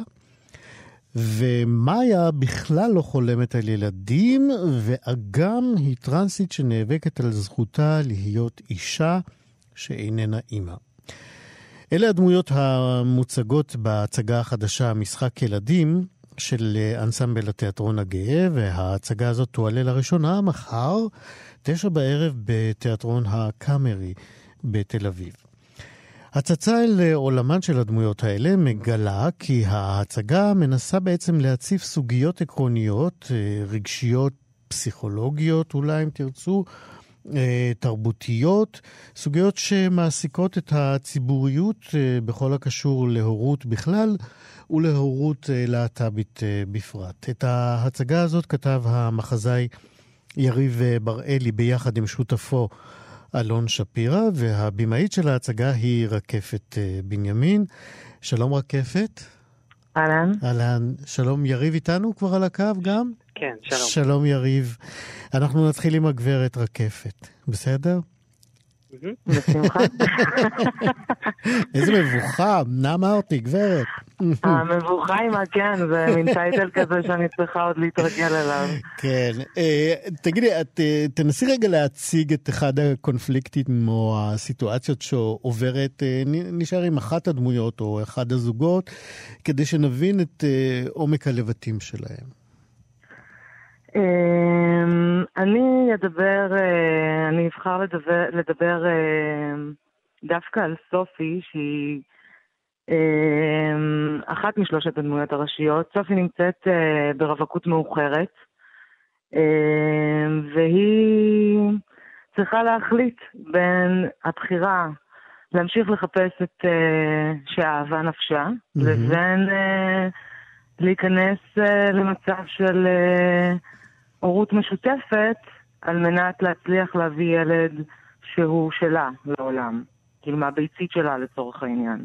ומאיה בכלל לא חולמת על ילדים, ואגם היא טרנסית שנאבקת על זכותה להיות אישה שאיננה אימא. אלה הדמויות המוצגות בהצגה החדשה משחק ילדים של אנסמבל התיאטרון הגאה, וההצגה הזאת תועלה לראשונה מחר, תשע בערב בתיאטרון הקאמרי בתל אביב. הצצה אל עולמן של הדמויות האלה מגלה כי ההצגה מנסה בעצם להציף סוגיות עקרוניות, רגשיות, פסיכולוגיות, אולי אם תרצו, תרבותיות, סוגיות שמעסיקות את הציבוריות בכל הקשור להורות בכלל ולהורות להט"בית בפרט. את ההצגה הזאת כתב המחזאי יריב בראלי ביחד עם שותפו אלון שפירא, והבימאית של ההצגה היא רקפת בנימין. שלום רקפת. אהלן. אהלן. שלום יריב איתנו כבר על הקו גם? כן, שלום. שלום יריב. אנחנו נתחיל עם הגברת רקפת. בסדר? בשמחה. איזה מבוכה, מה אמרתי, גברת? המבוכה עם הכן, זה מין טייטל כזה שאני צריכה עוד להתרגל אליו. כן. תגידי, תנסי רגע להציג את אחד הקונפליקטים או הסיטואציות שעוברת, נשאר עם אחת הדמויות או אחד הזוגות, כדי שנבין את עומק הלבטים שלהם. אני אדבר, אני אבחר לדבר, לדבר דווקא על סופי, שהיא אחת משלושת הדמויות הראשיות. סופי נמצאת ברווקות מאוחרת, והיא צריכה להחליט בין הבחירה להמשיך לחפש את שאהבה נפשה, לבין להיכנס למצב של הורות משותפת על מנת להצליח להביא ילד שהוא שלה לעולם, כאילו מהביצית שלה לצורך העניין.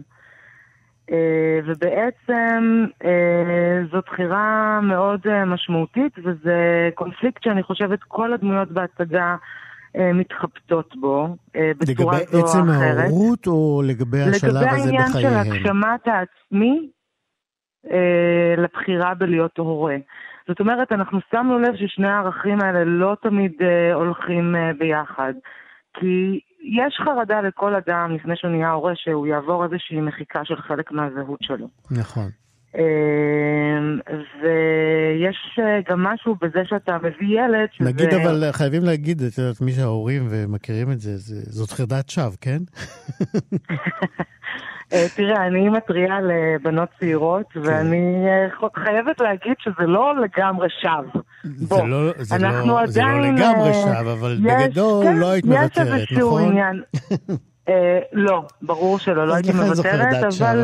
ובעצם זו בחירה מאוד משמעותית, וזה קונפליקט שאני חושבת כל הדמויות בהצגה מתחבטות בו בצורה זו או אחרת. לגבי עצם ההורות או לגבי השלב הזה בחייהם? לגבי העניין של הגשמת העצמי לבחירה בלהיות הורה. זאת אומרת, אנחנו שמנו לב ששני הערכים האלה לא תמיד אה, הולכים אה, ביחד. כי יש חרדה לכל אדם לפני שהוא נהיה הורה שהוא יעבור איזושהי מחיקה של חלק מהזהות שלו. נכון. אה, ויש אה, גם משהו בזה שאתה מביא ילד שזה... נגיד, אבל חייבים להגיד, את יודעת, מי שההורים ומכירים את זה, זה זאת חרדת שווא, כן? תראה, אני מטריעה לבנות צעירות, ואני חייבת להגיד שזה לא לגמרי שו. זה לא לגמרי שו, אבל בגדול לא היית מוותרת, נכון? לא, ברור שלא, לא הייתי מוותרת, אבל...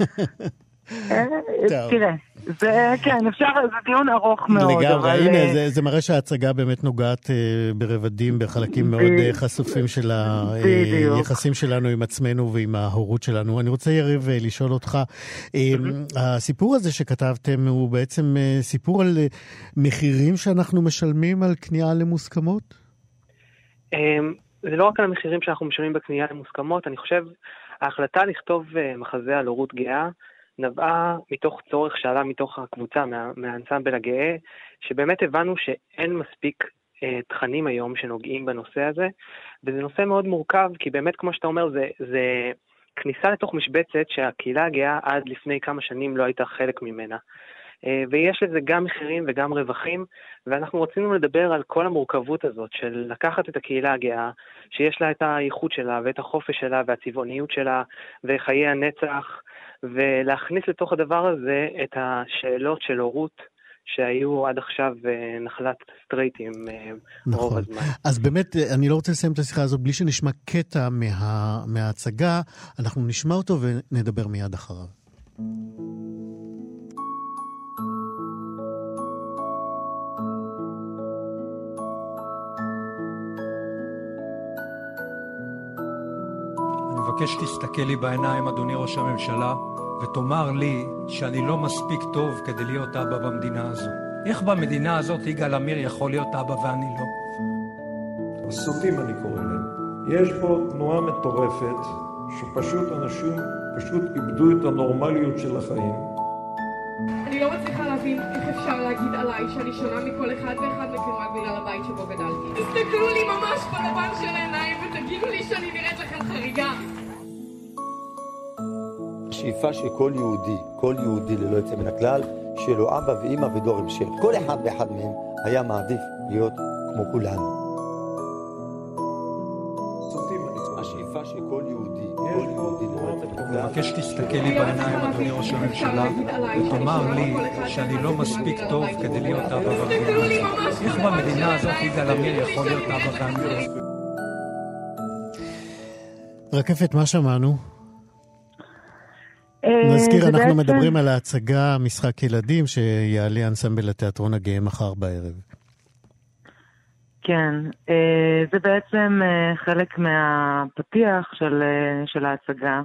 תראה, זה כן, אפשר, זה דיון ארוך מאוד. לגמרי, הנה, זה מראה שההצגה באמת נוגעת ברבדים, בחלקים מאוד חשופים של היחסים שלנו עם עצמנו ועם ההורות שלנו. אני רוצה, יריב, לשאול אותך, הסיפור הזה שכתבתם הוא בעצם סיפור על מחירים שאנחנו משלמים על קנייה למוסכמות? זה לא רק על המחירים שאנחנו משלמים בקנייה למוסכמות, אני חושב, ההחלטה לכתוב מחזה על הורות גאה, נבעה מתוך צורך שעלה מתוך הקבוצה, מה, מהאנסמבל הגאה, שבאמת הבנו שאין מספיק אה, תכנים היום שנוגעים בנושא הזה, וזה נושא מאוד מורכב, כי באמת כמו שאתה אומר, זה, זה כניסה לתוך משבצת שהקהילה הגאה עד לפני כמה שנים לא הייתה חלק ממנה. אה, ויש לזה גם מחירים וגם רווחים, ואנחנו רצינו לדבר על כל המורכבות הזאת, של לקחת את הקהילה הגאה, שיש לה את הייחוד שלה, ואת החופש שלה, והצבעוניות שלה, וחיי הנצח, ולהכניס לתוך הדבר הזה את השאלות של הורות שהיו עד עכשיו נחלת סטרייטים נכון. רוב הזמן. אז באמת, אני לא רוצה לסיים את השיחה הזאת בלי שנשמע קטע מה, מההצגה, אנחנו נשמע אותו ונדבר מיד אחריו. אני מבקש שתסתכל לי בעיניים, אדוני ראש הממשלה, ותאמר לי שאני לא מספיק טוב כדי להיות אבא במדינה הזו. איך במדינה הזאת יגאל עמיר יכול להיות אבא ואני לא? הסוטים אני קורא להם. יש פה תנועה מטורפת שפשוט אנשים פשוט איבדו את הנורמליות של החיים. אני לא מצליחה להבין איך אפשר להגיד עליי שאני שונה מכל אחד ואחד מכם רק בגלל הבית שבו גדלתי. תסתכלו לי ממש בלבן של העיניים ותגידו לי שאני נראית לכם חריגה. השאיפה של כל יהודי, כל יהודי ללא יוצא מן הכלל, שיהיה לו אבא ואמא ודור המשך. כל אחד ואחד מהם היה מעדיף להיות כמו כולנו. השאיפה של כל יהודי, כל יהודי ללא יוצא מן הכלל. אני מבקש שתסתכל לי בעיניים, אדוני ראש הממשלה, ותאמר לי שאני לא מספיק טוב כדי להיות אבא במדינה הזאת. איך במדינה הזאת יגאל עמיר יכול להיות אבא ואני לא? רקפת, מה שמענו? נזכיר, אנחנו מדברים על ההצגה משחק ילדים שיעלה אנסמבל לתיאטרון הגאה מחר בערב. כן, זה בעצם חלק מהפתיח של, של ההצגה.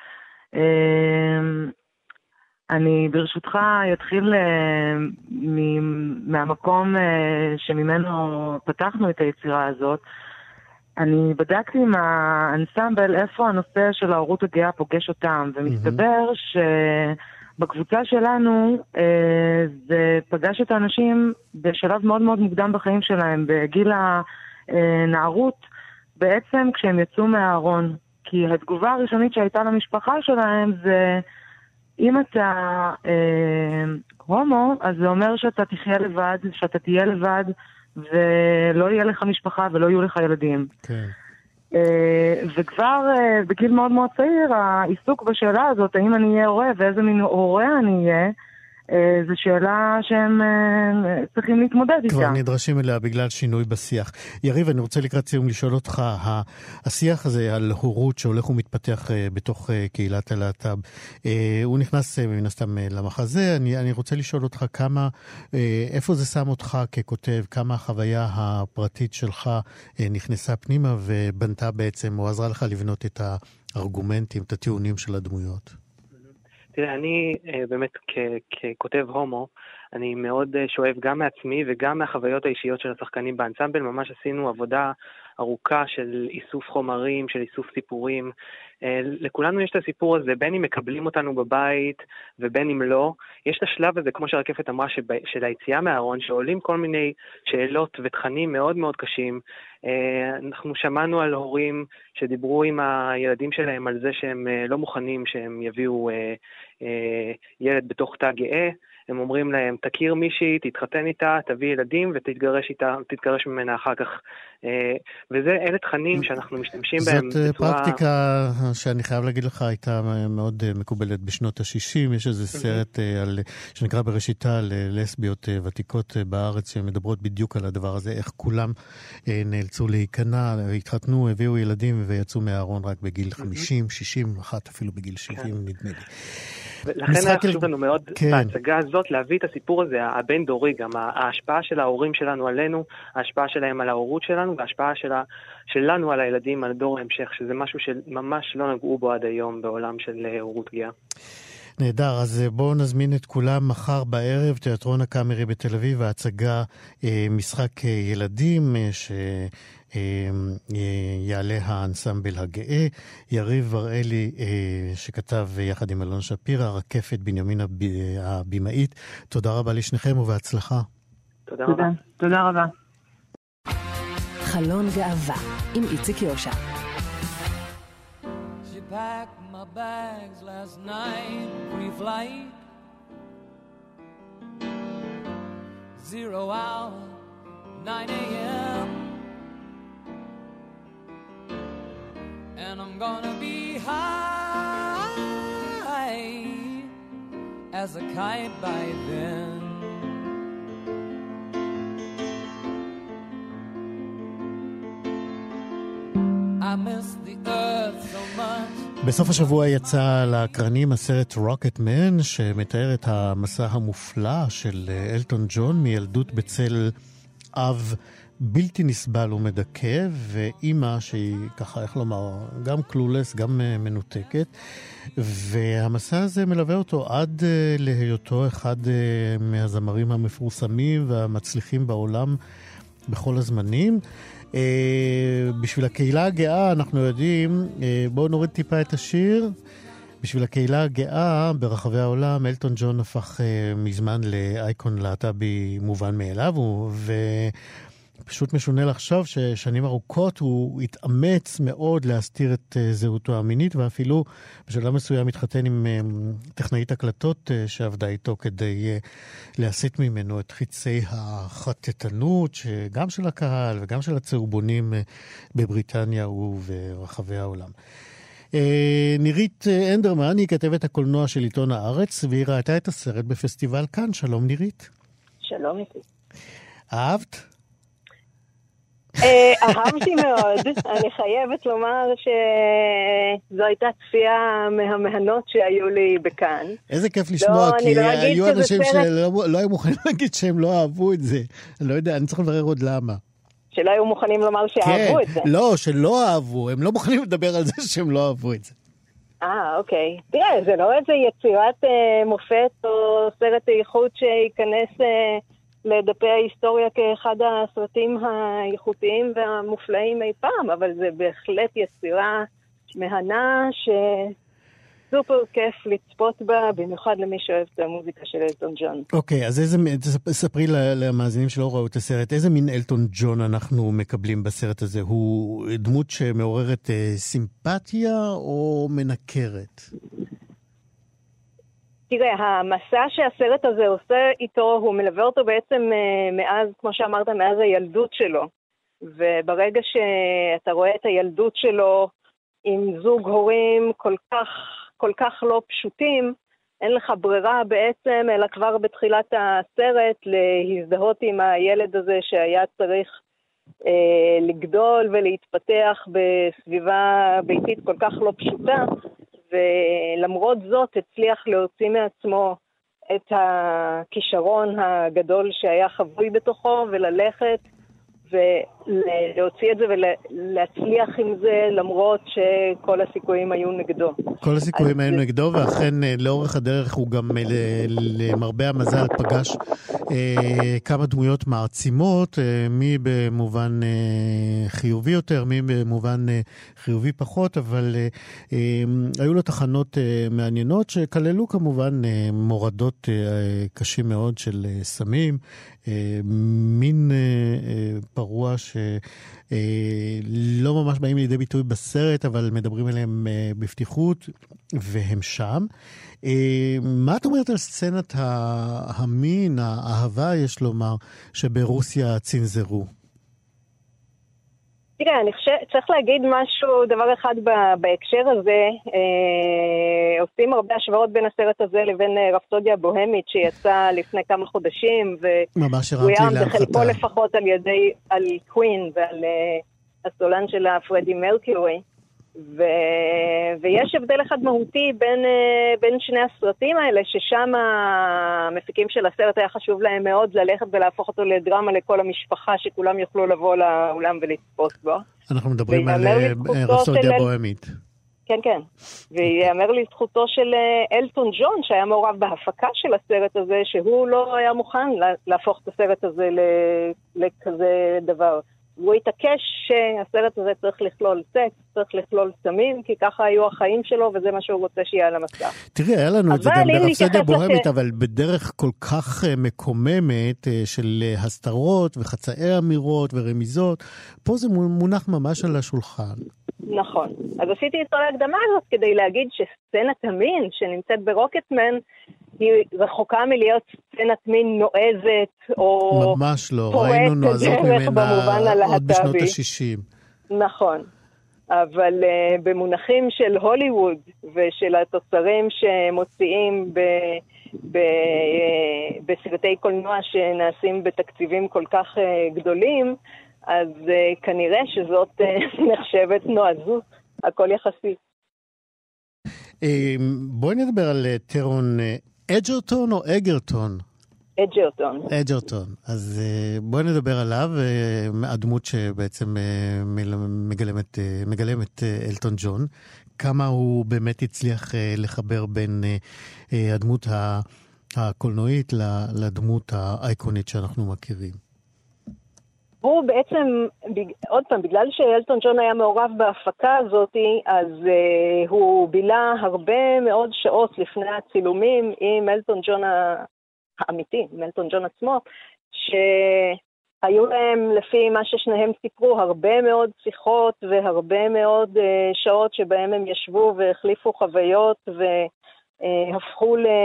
אני ברשותך אתחיל מהמקום שממנו פתחנו את היצירה הזאת. אני בדקתי עם האנסמבל איפה הנושא של ההורות הגאה פוגש אותם, ומסתבר שבקבוצה שלנו זה פגש את האנשים בשלב מאוד מאוד מוקדם בחיים שלהם, בגיל הנערות, בעצם כשהם יצאו מהארון. כי התגובה הראשונית שהייתה למשפחה שלהם זה, אם אתה אה, הומו, אז זה אומר שאתה תחיה לבד, שאתה תהיה לבד, ולא יהיה לך משפחה ולא יהיו לך ילדים. כן. וכבר בגיל מאוד מאוד צעיר, העיסוק בשאלה הזאת, האם אני אהיה הורה ואיזה מין הורה אני אהיה, זו שאלה שהם צריכים להתמודד איתה. כבר נדרשים אליה בגלל שינוי בשיח. יריב, אני רוצה לקראת סיום לשאול אותך, השיח הזה על הורות שהולך ומתפתח בתוך קהילת הלהט"ב, הוא נכנס מן הסתם למחזה, אני, אני רוצה לשאול אותך כמה, איפה זה שם אותך ככותב, כמה החוויה הפרטית שלך נכנסה פנימה ובנתה בעצם, או עזרה לך לבנות את הארגומנטים, את הטיעונים של הדמויות. תראה, אני באמת ככותב הומו, אני מאוד שואב גם מעצמי וגם מהחוויות האישיות של השחקנים באנסמבל. ממש עשינו עבודה ארוכה של איסוף חומרים, של איסוף סיפורים. לכולנו יש את הסיפור הזה, בין אם מקבלים אותנו בבית ובין אם לא. יש את השלב הזה, כמו שרקפת אמרה, של היציאה מהארון, שעולים כל מיני שאלות ותכנים מאוד מאוד קשים. אנחנו שמענו על הורים שדיברו עם הילדים שלהם על זה שהם לא מוכנים שהם יביאו ילד בתוך תא גאה, הם אומרים להם, תכיר מישהי, תתחתן איתה, תביא ילדים ותתגרש איתה, תתגרש ממנה אחר כך. וזה אלה תכנים שאנחנו משתמשים בהם זאת בצורה... פרקטיקה שאני חייב להגיד לך, הייתה מאוד מקובלת בשנות ה-שישים. יש איזה סרט על, שנקרא בראשיתה ללסביות ותיקות בארץ, שמדברות בדיוק על הדבר הזה, איך כולם נאלצו להיכנע, התחתנו, הביאו ילדים ויצאו מהארון רק בגיל חמישים, שישים, אחת אפילו בגיל שבעים, נדמה לי. ולכן היה חשוב לנו מאוד בהצגה הזאת להביא את הסיפור הזה, הבין דורי, גם ההשפעה של ההורים שלנו עלינו, ההשפעה שלהם על ההורות שלנו, וההשפעה שלנו על הילדים, על דור ההמשך, שזה משהו שממש לא נגעו בו עד היום בעולם של הורות גאה. נהדר, אז בואו נזמין את כולם מחר בערב, תיאטרון הקאמרי בתל אביב, ההצגה משחק ילדים, ש... יעלה האנסמבל הגאה, יריב וראלי שכתב יחד עם אלון שפירא, רקפת בנימין הבימאית. תודה רבה לשניכם ובהצלחה. תודה רבה. תודה רבה. חלון גאווה עם איציק יושע. She packed my bags last night, pre-flight, zero hour, nine a.m. And I'm gonna be high as a kite by then. I miss the earth so much. בסוף השבוע יצא לאקרנים הסרט רוקטמן, שמתאר את המסע המופלא של אלטון ג'ון מילדות בצל אב בלתי נסבל ומדכא, ואימא שהיא ככה, איך לומר, גם קלולס, גם מנותקת, והמסע הזה מלווה אותו עד להיותו אחד מהזמרים המפורסמים והמצליחים בעולם בכל הזמנים. בשביל הקהילה הגאה אנחנו יודעים, בואו נוריד טיפה את השיר. בשביל הקהילה הגאה ברחבי העולם, אלטון ג'ון הפך מזמן לאייקון להט"בי מובן מאליו, ו... פשוט משונה לחשוב ששנים ארוכות הוא התאמץ מאוד להסתיר את זהותו המינית, ואפילו בשלב מסוים התחתן עם טכנאית הקלטות שעבדה איתו כדי להסיט ממנו את חיצי החטטנות, שגם של הקהל וגם של הצהובונים בבריטניה וברחבי העולם. נירית אנדרמן היא כתבת הקולנוע של עיתון הארץ, והיא ראתה את הסרט בפסטיבל כאן. שלום נירית. שלום איתי. אהבת? אהבתי מאוד. אני חייבת לומר שזו הייתה צפייה מהמהנות שהיו לי בכאן. איזה כיף לשמוע, כי היו אנשים שלא היו מוכנים להגיד שהם לא אהבו את זה. אני לא יודע, אני צריך לברר עוד למה. שלא היו מוכנים לומר שאהבו את זה. לא, שלא אהבו. הם לא מוכנים לדבר על זה שהם לא אהבו את זה. אה, אוקיי. תראה, זה לא איזה יצירת מופת או סרט איכות שייכנס לדפי ההיסטוריה כאחד הסרטים האיכותיים והמופלאים אי פעם, אבל זה בהחלט יצירה מהנה שסופר כיף לצפות בה, במיוחד למי שאוהב את המוזיקה של אלטון ג'ון. אוקיי, אז איזה, תספרי למאזינים שלא ראו את הסרט, איזה מין אלטון ג'ון אנחנו מקבלים בסרט הזה? הוא דמות שמעוררת סימפתיה או מנקרת? תראה, המסע שהסרט הזה עושה איתו, הוא מלווה אותו בעצם מאז, כמו שאמרת, מאז הילדות שלו. וברגע שאתה רואה את הילדות שלו עם זוג הורים כל כך, כל כך לא פשוטים, אין לך ברירה בעצם, אלא כבר בתחילת הסרט להזדהות עם הילד הזה שהיה צריך אה, לגדול ולהתפתח בסביבה ביתית כל כך לא פשוטה. ולמרות זאת הצליח להוציא מעצמו את הכישרון הגדול שהיה חבוי בתוכו, וללכת ולהוציא את זה ולהצליח עם זה, למרות שכל הסיכויים היו נגדו. כל הסיכויים היו נגדו, ואכן לאורך הדרך הוא גם למרבה המזל פגש כמה דמויות מעצימות, מי במובן חיובי יותר, מי במובן חיובי פחות, אבל היו לו תחנות מעניינות שכללו כמובן מורדות קשים מאוד של סמים, מין פרוע שלא ממש באים לידי ביטוי בסרט, אבל מדברים עליהם בפתיחות, והם שם. מה את אומרת על סצנת המין, האהבה, יש לומר, שברוסיה צנזרו? תראה, אני חושב, צריך להגיד משהו, דבר אחד בהקשר הזה, אה, עושים הרבה השוואות בין הסרט הזה לבין רפסודיה בוהמית שיצא לפני כמה חודשים, והוא היה בחלקו לפחות על ידי, על קווין ועל אה, הסולן שלה פרדי מרקיורי, ו... ויש הבדל אחד מהותי בין, uh, בין שני הסרטים האלה, ששם המפיקים של הסרט היה חשוב להם מאוד ללכת ולהפוך אותו לדרמה לכל המשפחה, שכולם יוכלו לבוא לאולם ולצפות בו. אנחנו מדברים על רפסודיה של... בוהמית. כן, כן. ויאמר לזכותו של אלטון ג'ון, שהיה מעורב בהפקה של הסרט הזה, שהוא לא היה מוכן להפוך את הסרט הזה לכזה דבר. הוא התעקש שהסרט הזה צריך לכלול סקס, צריך לכלול סמים, כי ככה היו החיים שלו, וזה מה שהוא רוצה שיהיה על המסך. תראי, היה לנו את זה גם ברפסודיה בוהמית, אבל בדרך כל כך מקוממת של הסתרות וחצאי אמירות ורמיזות, פה זה מונח ממש על השולחן. נכון. אז עשיתי את ההקדמה הזאת כדי להגיד שסצנת המין שנמצאת ברוקטמן, היא רחוקה מלהיות סצנת מין נועזת, או ממש לא, ראינו נועזות ממנה עוד בשנות ה-שישים. נכון, אבל uh, במונחים של הוליווד, ושל התוצרים שמוציאים ב, ב, uh, בסרטי קולנוע שנעשים בתקציבים כל כך uh, גדולים, אז uh, כנראה שזאת uh, נחשבת נועזות, הכל יחסי. Uh, בואי נדבר על uh, טרון... Uh, אג'רטון או אגרטון? אג'רטון. אג'רטון. אז בואי נדבר עליו, הדמות שבעצם מגלמת, מגלמת אלטון ג'ון. כמה הוא באמת הצליח לחבר בין הדמות הקולנועית לדמות האייקונית שאנחנו מכירים. הוא בעצם, עוד פעם, בגלל שאלטון ג'ון היה מעורב בהפקה הזאת, אז uh, הוא בילה הרבה מאוד שעות לפני הצילומים עם אלטון ג'ון האמיתי, עם אלטון ג'ון עצמו, שהיו להם, לפי מה ששניהם סיפרו, הרבה מאוד שיחות והרבה מאוד uh, שעות שבהם הם ישבו והחליפו חוויות והפכו ל...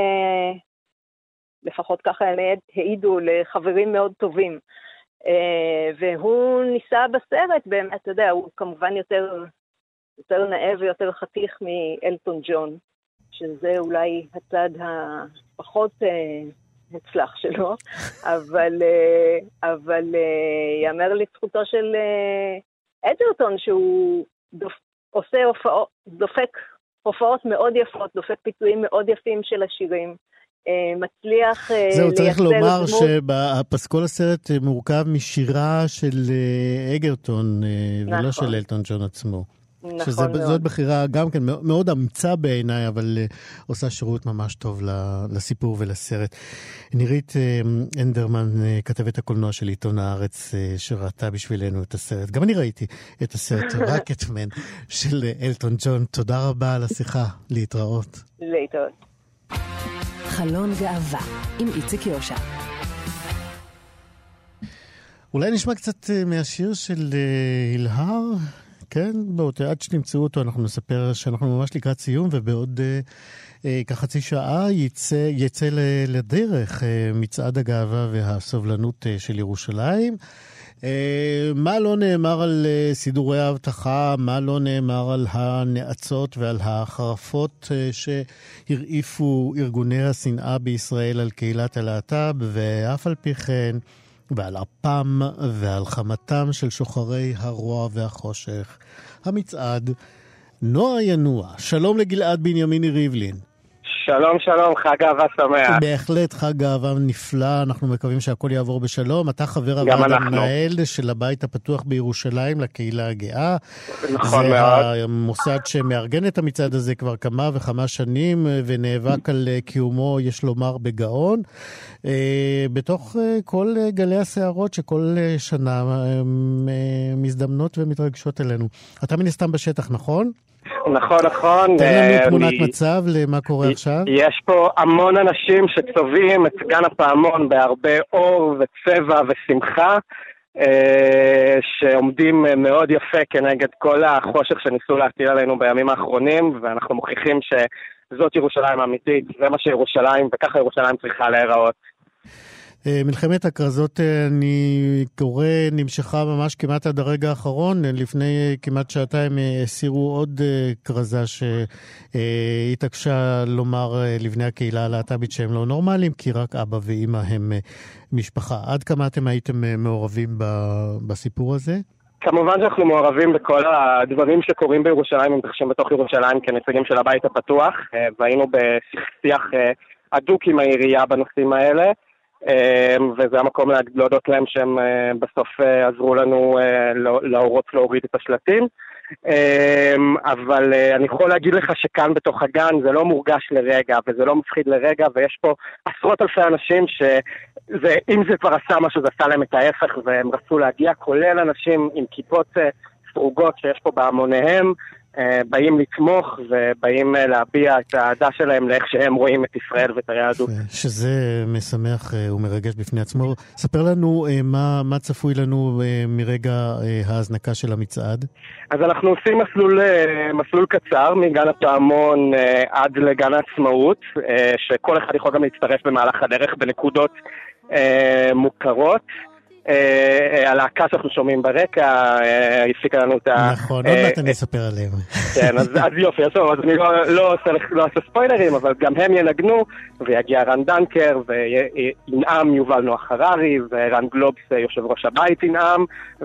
לפחות ככה העידו לחברים מאוד טובים. Uh, והוא ניסה בסרט, באמת, אתה יודע, הוא כמובן יותר, יותר נאה ויותר חתיך מאלטון ג'ון, שזה אולי הצד הפחות uh, מוצלח שלו, אבל, uh, אבל uh, יאמר לזכותו של uh, אג'רטון, שהוא דופ, עושה הופעות, דופק הופעות מאוד יפות, דופק פיצויים מאוד יפים של השירים, מצליח לייצר... זהו, צריך לומר שבפסקול הסרט מורכב משירה של אגרטון, ולא של אלטון ג'ון עצמו. נכון מאוד. זאת בחירה גם כן מאוד אמיצה בעיניי, אבל עושה שירות ממש טוב לסיפור ולסרט. נירית אנדרמן, כתבת הקולנוע של עיתון הארץ, שראתה בשבילנו את הסרט. גם אני ראיתי את הסרט רוקטמן של אלטון ג'ון. תודה רבה על השיחה. להתראות. להתראות. חלון גאווה עם איציק יושע. אולי נשמע קצת מהשיר של הילהר, כן? בואו, עד שתמצאו אותו אנחנו נספר שאנחנו ממש לקראת סיום, ובעוד אה, כחצי שעה יצא, יצא לדרך אה, מצעד הגאווה והסובלנות אה, של ירושלים. Uh, מה לא נאמר על uh, סידורי ההבטחה, מה לא נאמר על הנאצות ועל החרפות uh, שהרעיפו ארגוני השנאה בישראל על קהילת הלהט"ב, ואף על פי כן, ועל אפם ועל חמתם של שוחרי הרוע והחושך. המצעד נוע ינוע. שלום לגלעד בנימיני ריבלין. שלום, שלום, חג גאווה שמח. בהחלט חג גאווה נפלא, אנחנו מקווים שהכל יעבור בשלום. אתה חבר הוועד המנהל של הבית הפתוח בירושלים לקהילה הגאה. נכון זה מאוד. זה המוסד שמארגן את המצעד הזה כבר כמה וכמה שנים, ונאבק על קיומו, יש לומר, בגאון. בתוך כל גלי הסערות שכל שנה מזדמנות ומתרגשות אלינו. אתה מן הסתם בשטח, נכון? נכון, נכון. תן לנו תמונת מצב למה קורה עכשיו. יש פה המון אנשים שצובעים את גן הפעמון בהרבה אור וצבע ושמחה. שעומדים מאוד יפה כנגד כל החושך שניסו להטיל עלינו בימים האחרונים, ואנחנו מוכיחים שזאת ירושלים האמיתית, זה מה שירושלים, וככה ירושלים צריכה להיראות. מלחמת הכרזות, אני קורא, נמשכה ממש כמעט עד הרגע האחרון. לפני כמעט שעתיים הסירו עוד כרזה שהתעקשה לומר לבני הקהילה הלהט"בית שהם לא נורמליים, כי רק אבא ואמא הם משפחה. עד כמה אתם הייתם מעורבים בסיפור הזה? כמובן שאנחנו מעורבים בכל הדברים שקורים בירושלים, מתרחשים בתוך ירושלים כנציגים של הבית הפתוח, והיינו בשיח עדוק עם העירייה בנושאים האלה. וזה המקום להודות להם שהם בסוף עזרו לנו להורות להוריד את השלטים. אבל אני יכול להגיד לך שכאן בתוך הגן זה לא מורגש לרגע וזה לא מפחיד לרגע, ויש פה עשרות אלפי אנשים שאם זה כבר עשה משהו זה עשה להם את ההפך והם רצו להגיע, כולל אנשים עם כיפות סרוגות שיש פה בהמוניהם, באים לתמוך ובאים להביע את העדה שלהם לאיך שהם רואים את ישראל ואת היהדות. שזה משמח ומרגש בפני עצמו. ספר לנו מה, מה צפוי לנו מרגע ההזנקה של המצעד. אז אנחנו עושים מסלול, מסלול קצר מגן הפעמון עד לגן העצמאות, שכל אחד יכול גם להצטרף במהלך הדרך בנקודות מוכרות. הלהקה שאנחנו שומעים ברקע הפיקה לנו את ה... נכון, עוד מעט אני אספר עליהם. כן, אז יופי, אז אני לא עושה ספוילרים, אבל גם הם ינגנו, ויגיע רן דנקר, וינעם יובל נוח הררי, ורן גלובס יושב ראש הבית ינעם,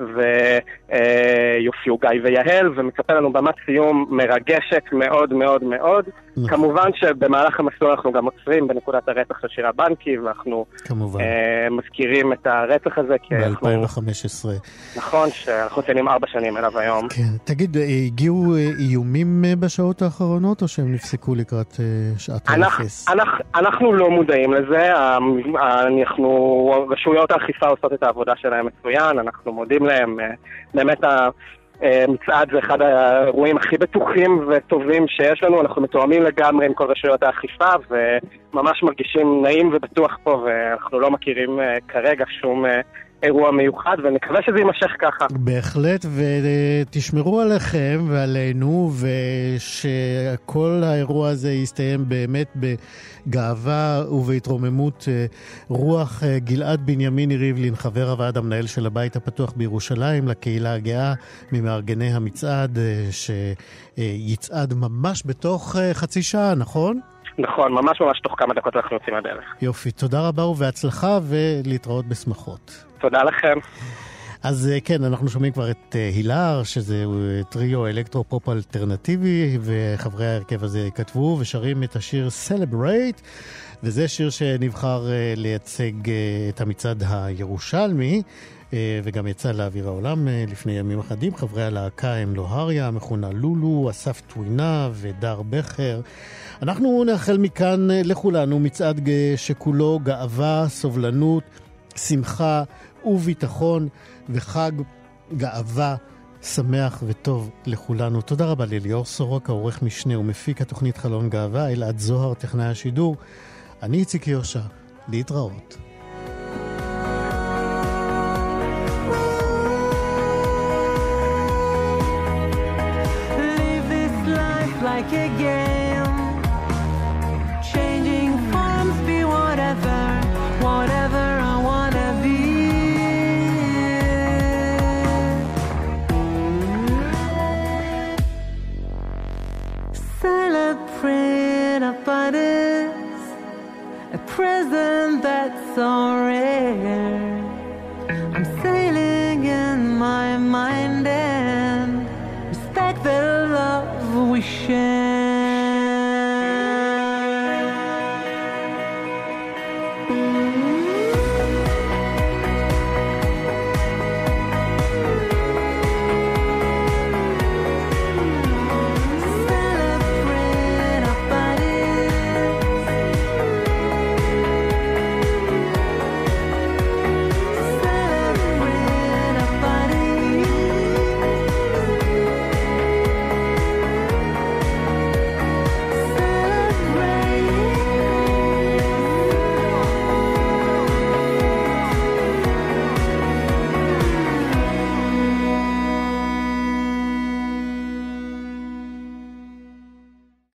ויופיעו גיא ויהל, ומצפה לנו במת סיום מרגשת מאוד מאוד מאוד. כמובן שבמהלך המסלול אנחנו גם עוצרים בנקודת הרצח של שירה בנקי, ואנחנו מזכירים את הרצח הזה. ב-אלפיים וחמש עשרה. נכון, שאנחנו ציינים ארבע שנים אליו היום. כן, תגיד, הגיעו איומים בשעות האחרונות, או שהם נפסקו לקראת שעת האפס? אנחנו לא מודעים לזה, אנחנו, רשויות האכיפה עושות את העבודה שלהם מצוין, אנחנו מודים להם, באמת המצעד זה אחד האירועים הכי בטוחים וטובים שיש לנו, אנחנו מתואמים לגמרי עם כל רשויות האכיפה, וממש מרגישים נעים ובטוח פה, ואנחנו לא מכירים כרגע שום אירוע מיוחד, ונקווה שזה יימשך ככה. בהחלט, ותשמרו עליכם ועלינו, ושכל האירוע הזה יסתיים באמת בגאווה ובהתרוממות רוח. גלעד בנימיני ריבלין, חבר הוועד המנהל של הבית הפתוח בירושלים, לקהילה הגאה, ממארגני המצעד, שיצעד ממש בתוך חצי שעה, נכון? נכון, ממש ממש תוך כמה דקות אנחנו יוצאים הדרך. יופי, תודה רבה ובהצלחה, ולהתראות בשמחות. תודה לכם. אז כן, אנחנו שומעים כבר את הילר, שזה טריו אלקטרו-פופ אלטרנטיבי, וחברי ההרכב הזה כתבו ושרים את השיר Celebrate, וזה שיר שנבחר לייצג את המצעד הירושלמי, וגם יצא לאוויר העולם לפני ימים אחדים. חברי הלהקה הם לוהריה, מכונה לולו, אסף טווינה ודר בכר. אנחנו נאחל מכאן לכולנו מצעד שכולו גאווה, סובלנות, שמחה וביטחון, וחג גאווה שמח וטוב לכולנו. תודה רבה לליאור סורוק, העורך משנה ומפיק התוכנית חלון גאווה, אלעד זוהר, טכנאי השידור. אני איציק יושע, להתראות.